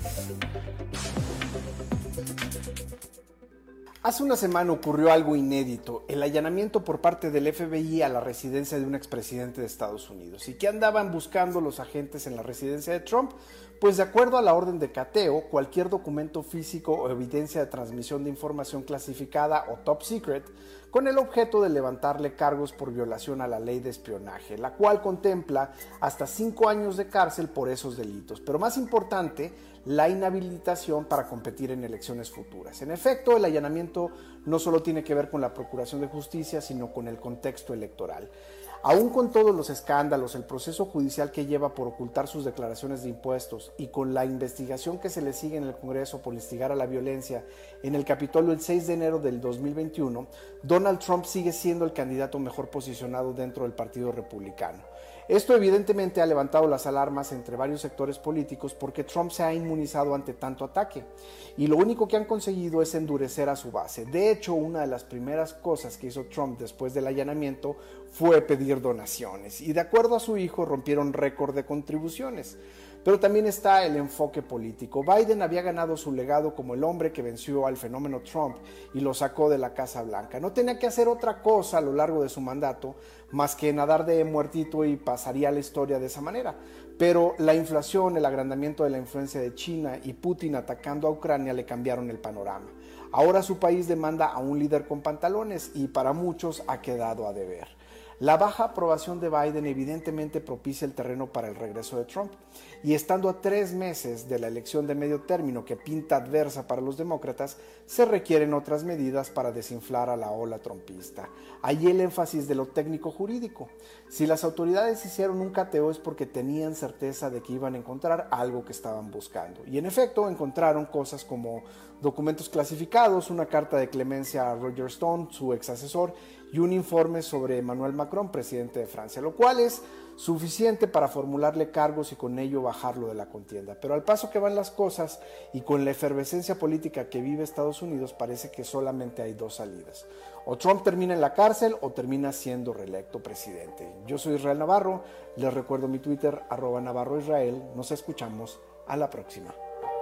Hace una semana ocurrió algo inédito, el allanamiento por parte del FBI a la residencia de un expresidente de Estados Unidos. ¿Y qué andaban buscando los agentes en la residencia de Trump? Pues de acuerdo a la orden de cateo, cualquier documento físico o evidencia de transmisión de información clasificada o top secret, con el objeto de levantarle cargos por violación a la ley de espionaje, la cual contempla hasta 5 años de cárcel por esos delitos. Pero más importante, la inhabilitación para competir en elecciones futuras. En efecto, el allanamiento no solo tiene que ver con la procuración de justicia, sino con el contexto electoral. Aún con todos los escándalos, el proceso judicial que lleva por ocultar sus declaraciones de impuestos y con la investigación que se le sigue en el Congreso por instigar a la violencia en el Capitolio el 6 de enero del 2021, Donald Trump sigue siendo el candidato mejor posicionado dentro del Partido Republicano. Esto evidentemente ha levantado las alarmas entre varios sectores políticos porque Trump se ha inmunizado ante tanto ataque y lo único que han conseguido es endurecer a su base. De hecho, una de las primeras cosas que hizo Trump después del allanamiento fue pedir donaciones y de acuerdo a su hijo rompieron récord de contribuciones. Pero también está el enfoque político. Biden había ganado su legado como el hombre que venció al fenómeno Trump y lo sacó de la Casa Blanca. No tenía que hacer otra cosa a lo largo de su mandato más que nadar de muertito y pasaría la historia de esa manera. Pero la inflación, el agrandamiento de la influencia de China y Putin atacando a Ucrania le cambiaron el panorama. Ahora su país demanda a un líder con pantalones y para muchos ha quedado a deber. La baja aprobación de Biden evidentemente propicia el terreno para el regreso de Trump y estando a 3 meses de la elección de medio término que pinta adversa para los demócratas, se requieren otras medidas para desinflar a la ola trumpista. Ahí el énfasis de lo técnico jurídico. Si las autoridades hicieron un cateo es porque tenían certeza de que iban a encontrar algo que estaban buscando. Y en efecto encontraron cosas como documentos clasificados, una carta de clemencia a Roger Stone, su ex asesor, y un informe sobre Emmanuel Macron, presidente de Francia, lo cual es suficiente para formularle cargos y con ello bajarlo de la contienda. Pero al paso que van las cosas y con la efervescencia política que vive Estados Unidos, parece que solamente hay 2 salidas. O Trump termina en la cárcel o termina siendo reelecto presidente. Yo soy Israel Navarro, les recuerdo mi Twitter, @NavarroIsrael. Nos escuchamos a la próxima.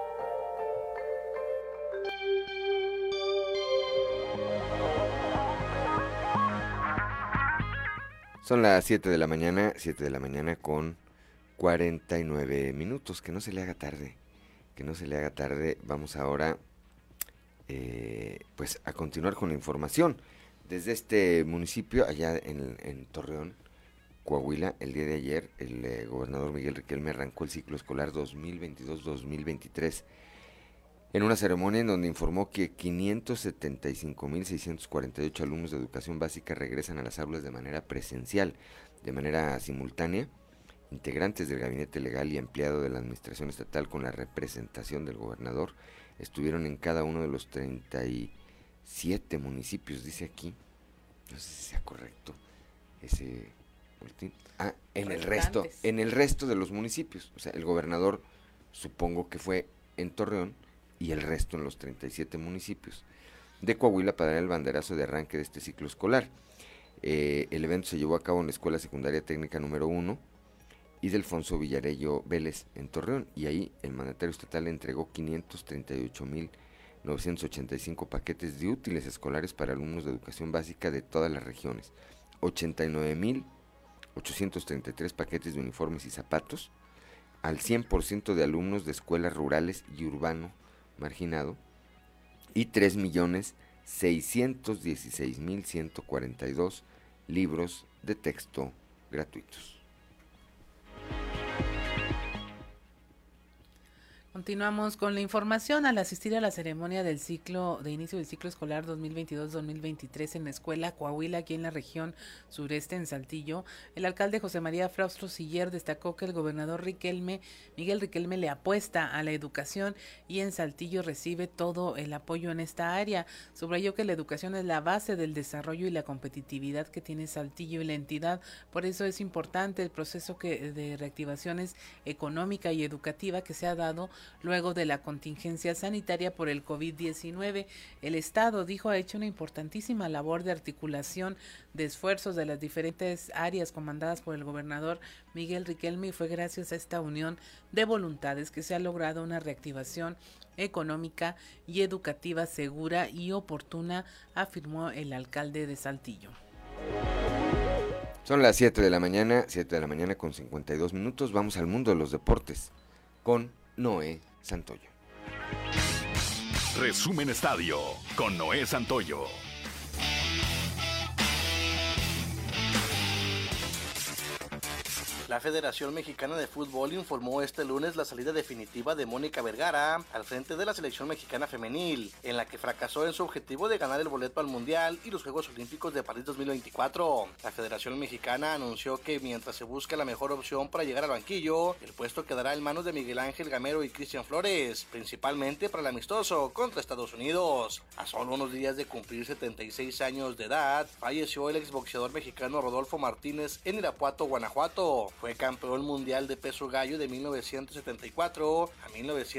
Son las 7 de la mañana con 49 minutos. Que no se le haga tarde, Vamos ahora pues a continuar con la información. Desde este municipio, allá en Torreón, Coahuila, el día de ayer, el gobernador Miguel Riquelme arrancó el ciclo escolar 2022-2023 en una ceremonia en donde informó que 575.648 alumnos de educación básica regresan a las aulas de manera presencial, de manera simultánea. Integrantes del gabinete legal y empleado de la administración estatal con la representación del gobernador estuvieron en cada uno de los 37 municipios, dice aquí, no sé si sea correcto ese último. En el resto de los municipios, o sea, el gobernador supongo que fue en Torreón y el resto en los 37 municipios de Coahuila para dar el banderazo de arranque de este ciclo escolar. El evento se llevó a cabo en la Escuela Secundaria Técnica número 1 y de Alfonso Villarello Vélez en Torreón, y ahí el mandatario estatal entregó 538.985 paquetes de útiles escolares para alumnos de educación básica de todas las regiones, 89.833 paquetes de uniformes y zapatos al 100% de alumnos de escuelas rurales y urbano marginado y 3.616.142 libros de texto gratuitos. Continuamos con la información. Al asistir a la ceremonia de inicio del ciclo escolar 2022-2023 en la escuela Coahuila, aquí en la región sureste, en Saltillo, el alcalde José María Fraustro Siller destacó que el gobernador Miguel Riquelme le apuesta a la educación y en Saltillo recibe todo el apoyo en esta área. Subrayó que la educación es la base del desarrollo y la competitividad que tiene Saltillo y la entidad. Por eso es importante el proceso de reactivaciones económica y educativa que se ha dado luego de la contingencia sanitaria por el COVID-19. El Estado, dijo, ha hecho una importantísima labor de articulación de esfuerzos de las diferentes áreas comandadas por el gobernador Miguel Riquelme, y fue gracias a esta unión de voluntades que se ha logrado una reactivación económica y educativa segura y oportuna, afirmó el alcalde de Saltillo. Son las 7 de la mañana con 52 minutos. Vamos al mundo de los deportes con Noé Santoyo. Resumen Estadio con Noé Santoyo. La Federación Mexicana de Fútbol informó este lunes la salida definitiva de Mónica Vergara al frente de la selección mexicana femenil, en la que fracasó en su objetivo de ganar el boleto al Mundial y los Juegos Olímpicos de París 2024. La Federación Mexicana anunció que mientras se busca la mejor opción para llegar al banquillo, el puesto quedará en manos de Miguel Ángel Gamero y Cristian Flores, principalmente para el amistoso contra Estados Unidos. A solo unos días de cumplir 76 años de edad, falleció el exboxeador mexicano Rodolfo Martínez en Irapuato, Guanajuato. Fue campeón mundial de peso gallo de 1974 a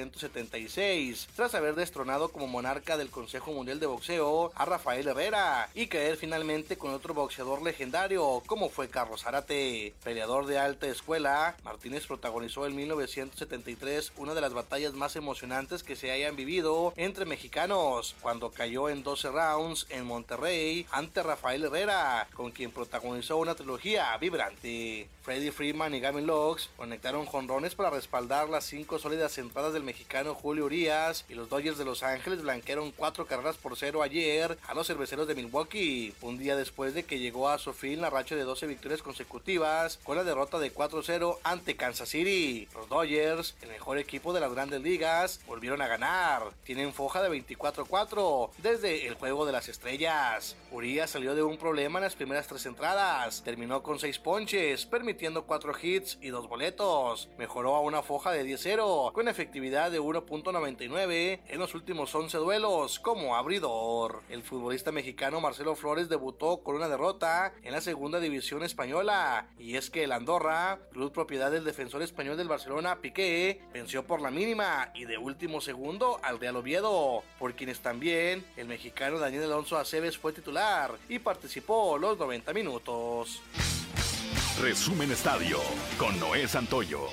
1976, tras haber destronado como monarca del Consejo Mundial de Boxeo a Rafael Herrera y caer finalmente con otro boxeador legendario como fue Carlos Zárate. Peleador de alta escuela, Martínez protagonizó en 1973 una de las batallas más emocionantes que se hayan vivido entre mexicanos, cuando cayó en 12 rounds en Monterrey ante Rafael Herrera, con quien protagonizó una trilogía vibrante. Freddie Freeman y Gavin Lux conectaron jonrones para respaldar las 5 sólidas entradas del mexicano Julio Urías, y los Dodgers de Los Ángeles blanquearon 4-0 ayer a los Cerveceros de Milwaukee, un día después de que llegó a su fin la racha de 12 victorias consecutivas con la derrota de 4-0 ante Kansas City. Los Dodgers, el mejor equipo de las Grandes Ligas, volvieron a ganar. Tienen foja de 24-4 desde el Juego de las Estrellas. Urías salió de un problema en las primeras 3 entradas, terminó con 6 ponches, permitiendo 4 hits y 2 boletos. Mejoró a una foja de 10-0 con efectividad de 1.99 en los últimos 11 duelos como abridor. El futbolista mexicano Marcelo Flores debutó con una derrota en la segunda división española, y es que el Andorra, club propiedad del defensor español del Barcelona Piqué, venció por la mínima y de último segundo al Real Oviedo, por quienes también el mexicano Daniel Alonso Aceves fue titular y participó los 90 minutos. Resumen Estadio con Noé Santoyo.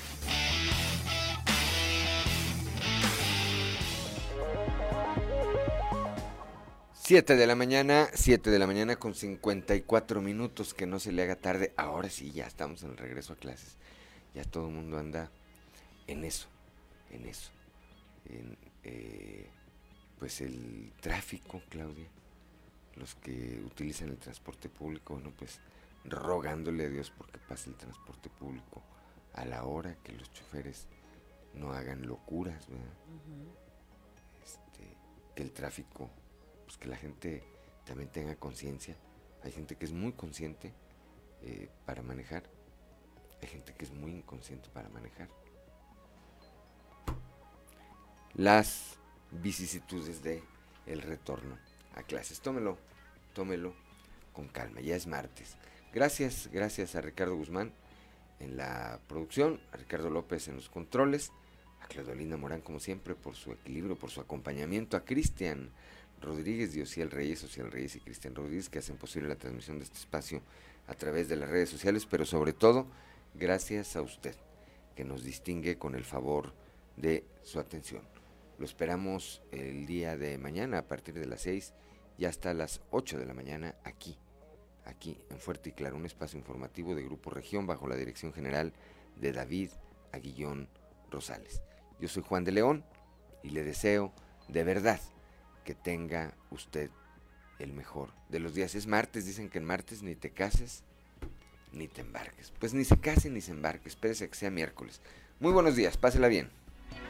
Siete de la mañana con 54 minutos, que no se le haga tarde. Ahora sí, ya estamos en el regreso a clases. Ya todo el mundo anda en eso. Pues el tráfico, Claudia, los que utilizan el transporte público, bueno, pues rogándole a Dios porque pase el transporte público a la hora, que los choferes no hagan locuras, ¿verdad? Que el tráfico, pues que la gente también tenga conciencia. Hay gente que es muy consciente para manejar, hay gente que es muy inconsciente para manejar. Las vicisitudes de el retorno a clases. Tómelo con calma, ya es martes. Gracias a Ricardo Guzmán en la producción, a Ricardo López en los controles, a Claudelina Morán como siempre por su equilibrio, por su acompañamiento, a Cristian Rodríguez, Ociel Reyes y Cristian Rodríguez, que hacen posible la transmisión de este espacio a través de las redes sociales, pero sobre todo gracias a usted, que nos distingue con el favor de su atención. Lo esperamos el día de mañana a partir de las 6 y hasta las 8 de la mañana aquí en Fuerte y Claro, un espacio informativo de Grupo Región bajo la dirección general de David Aguillón Rosales. Yo soy Juan de León y le deseo de verdad que tenga usted el mejor de los días. Es martes, dicen que en martes ni te cases ni te embarques. Pues ni se case ni se embarque, espérese a que sea miércoles. Muy buenos días, pásela bien.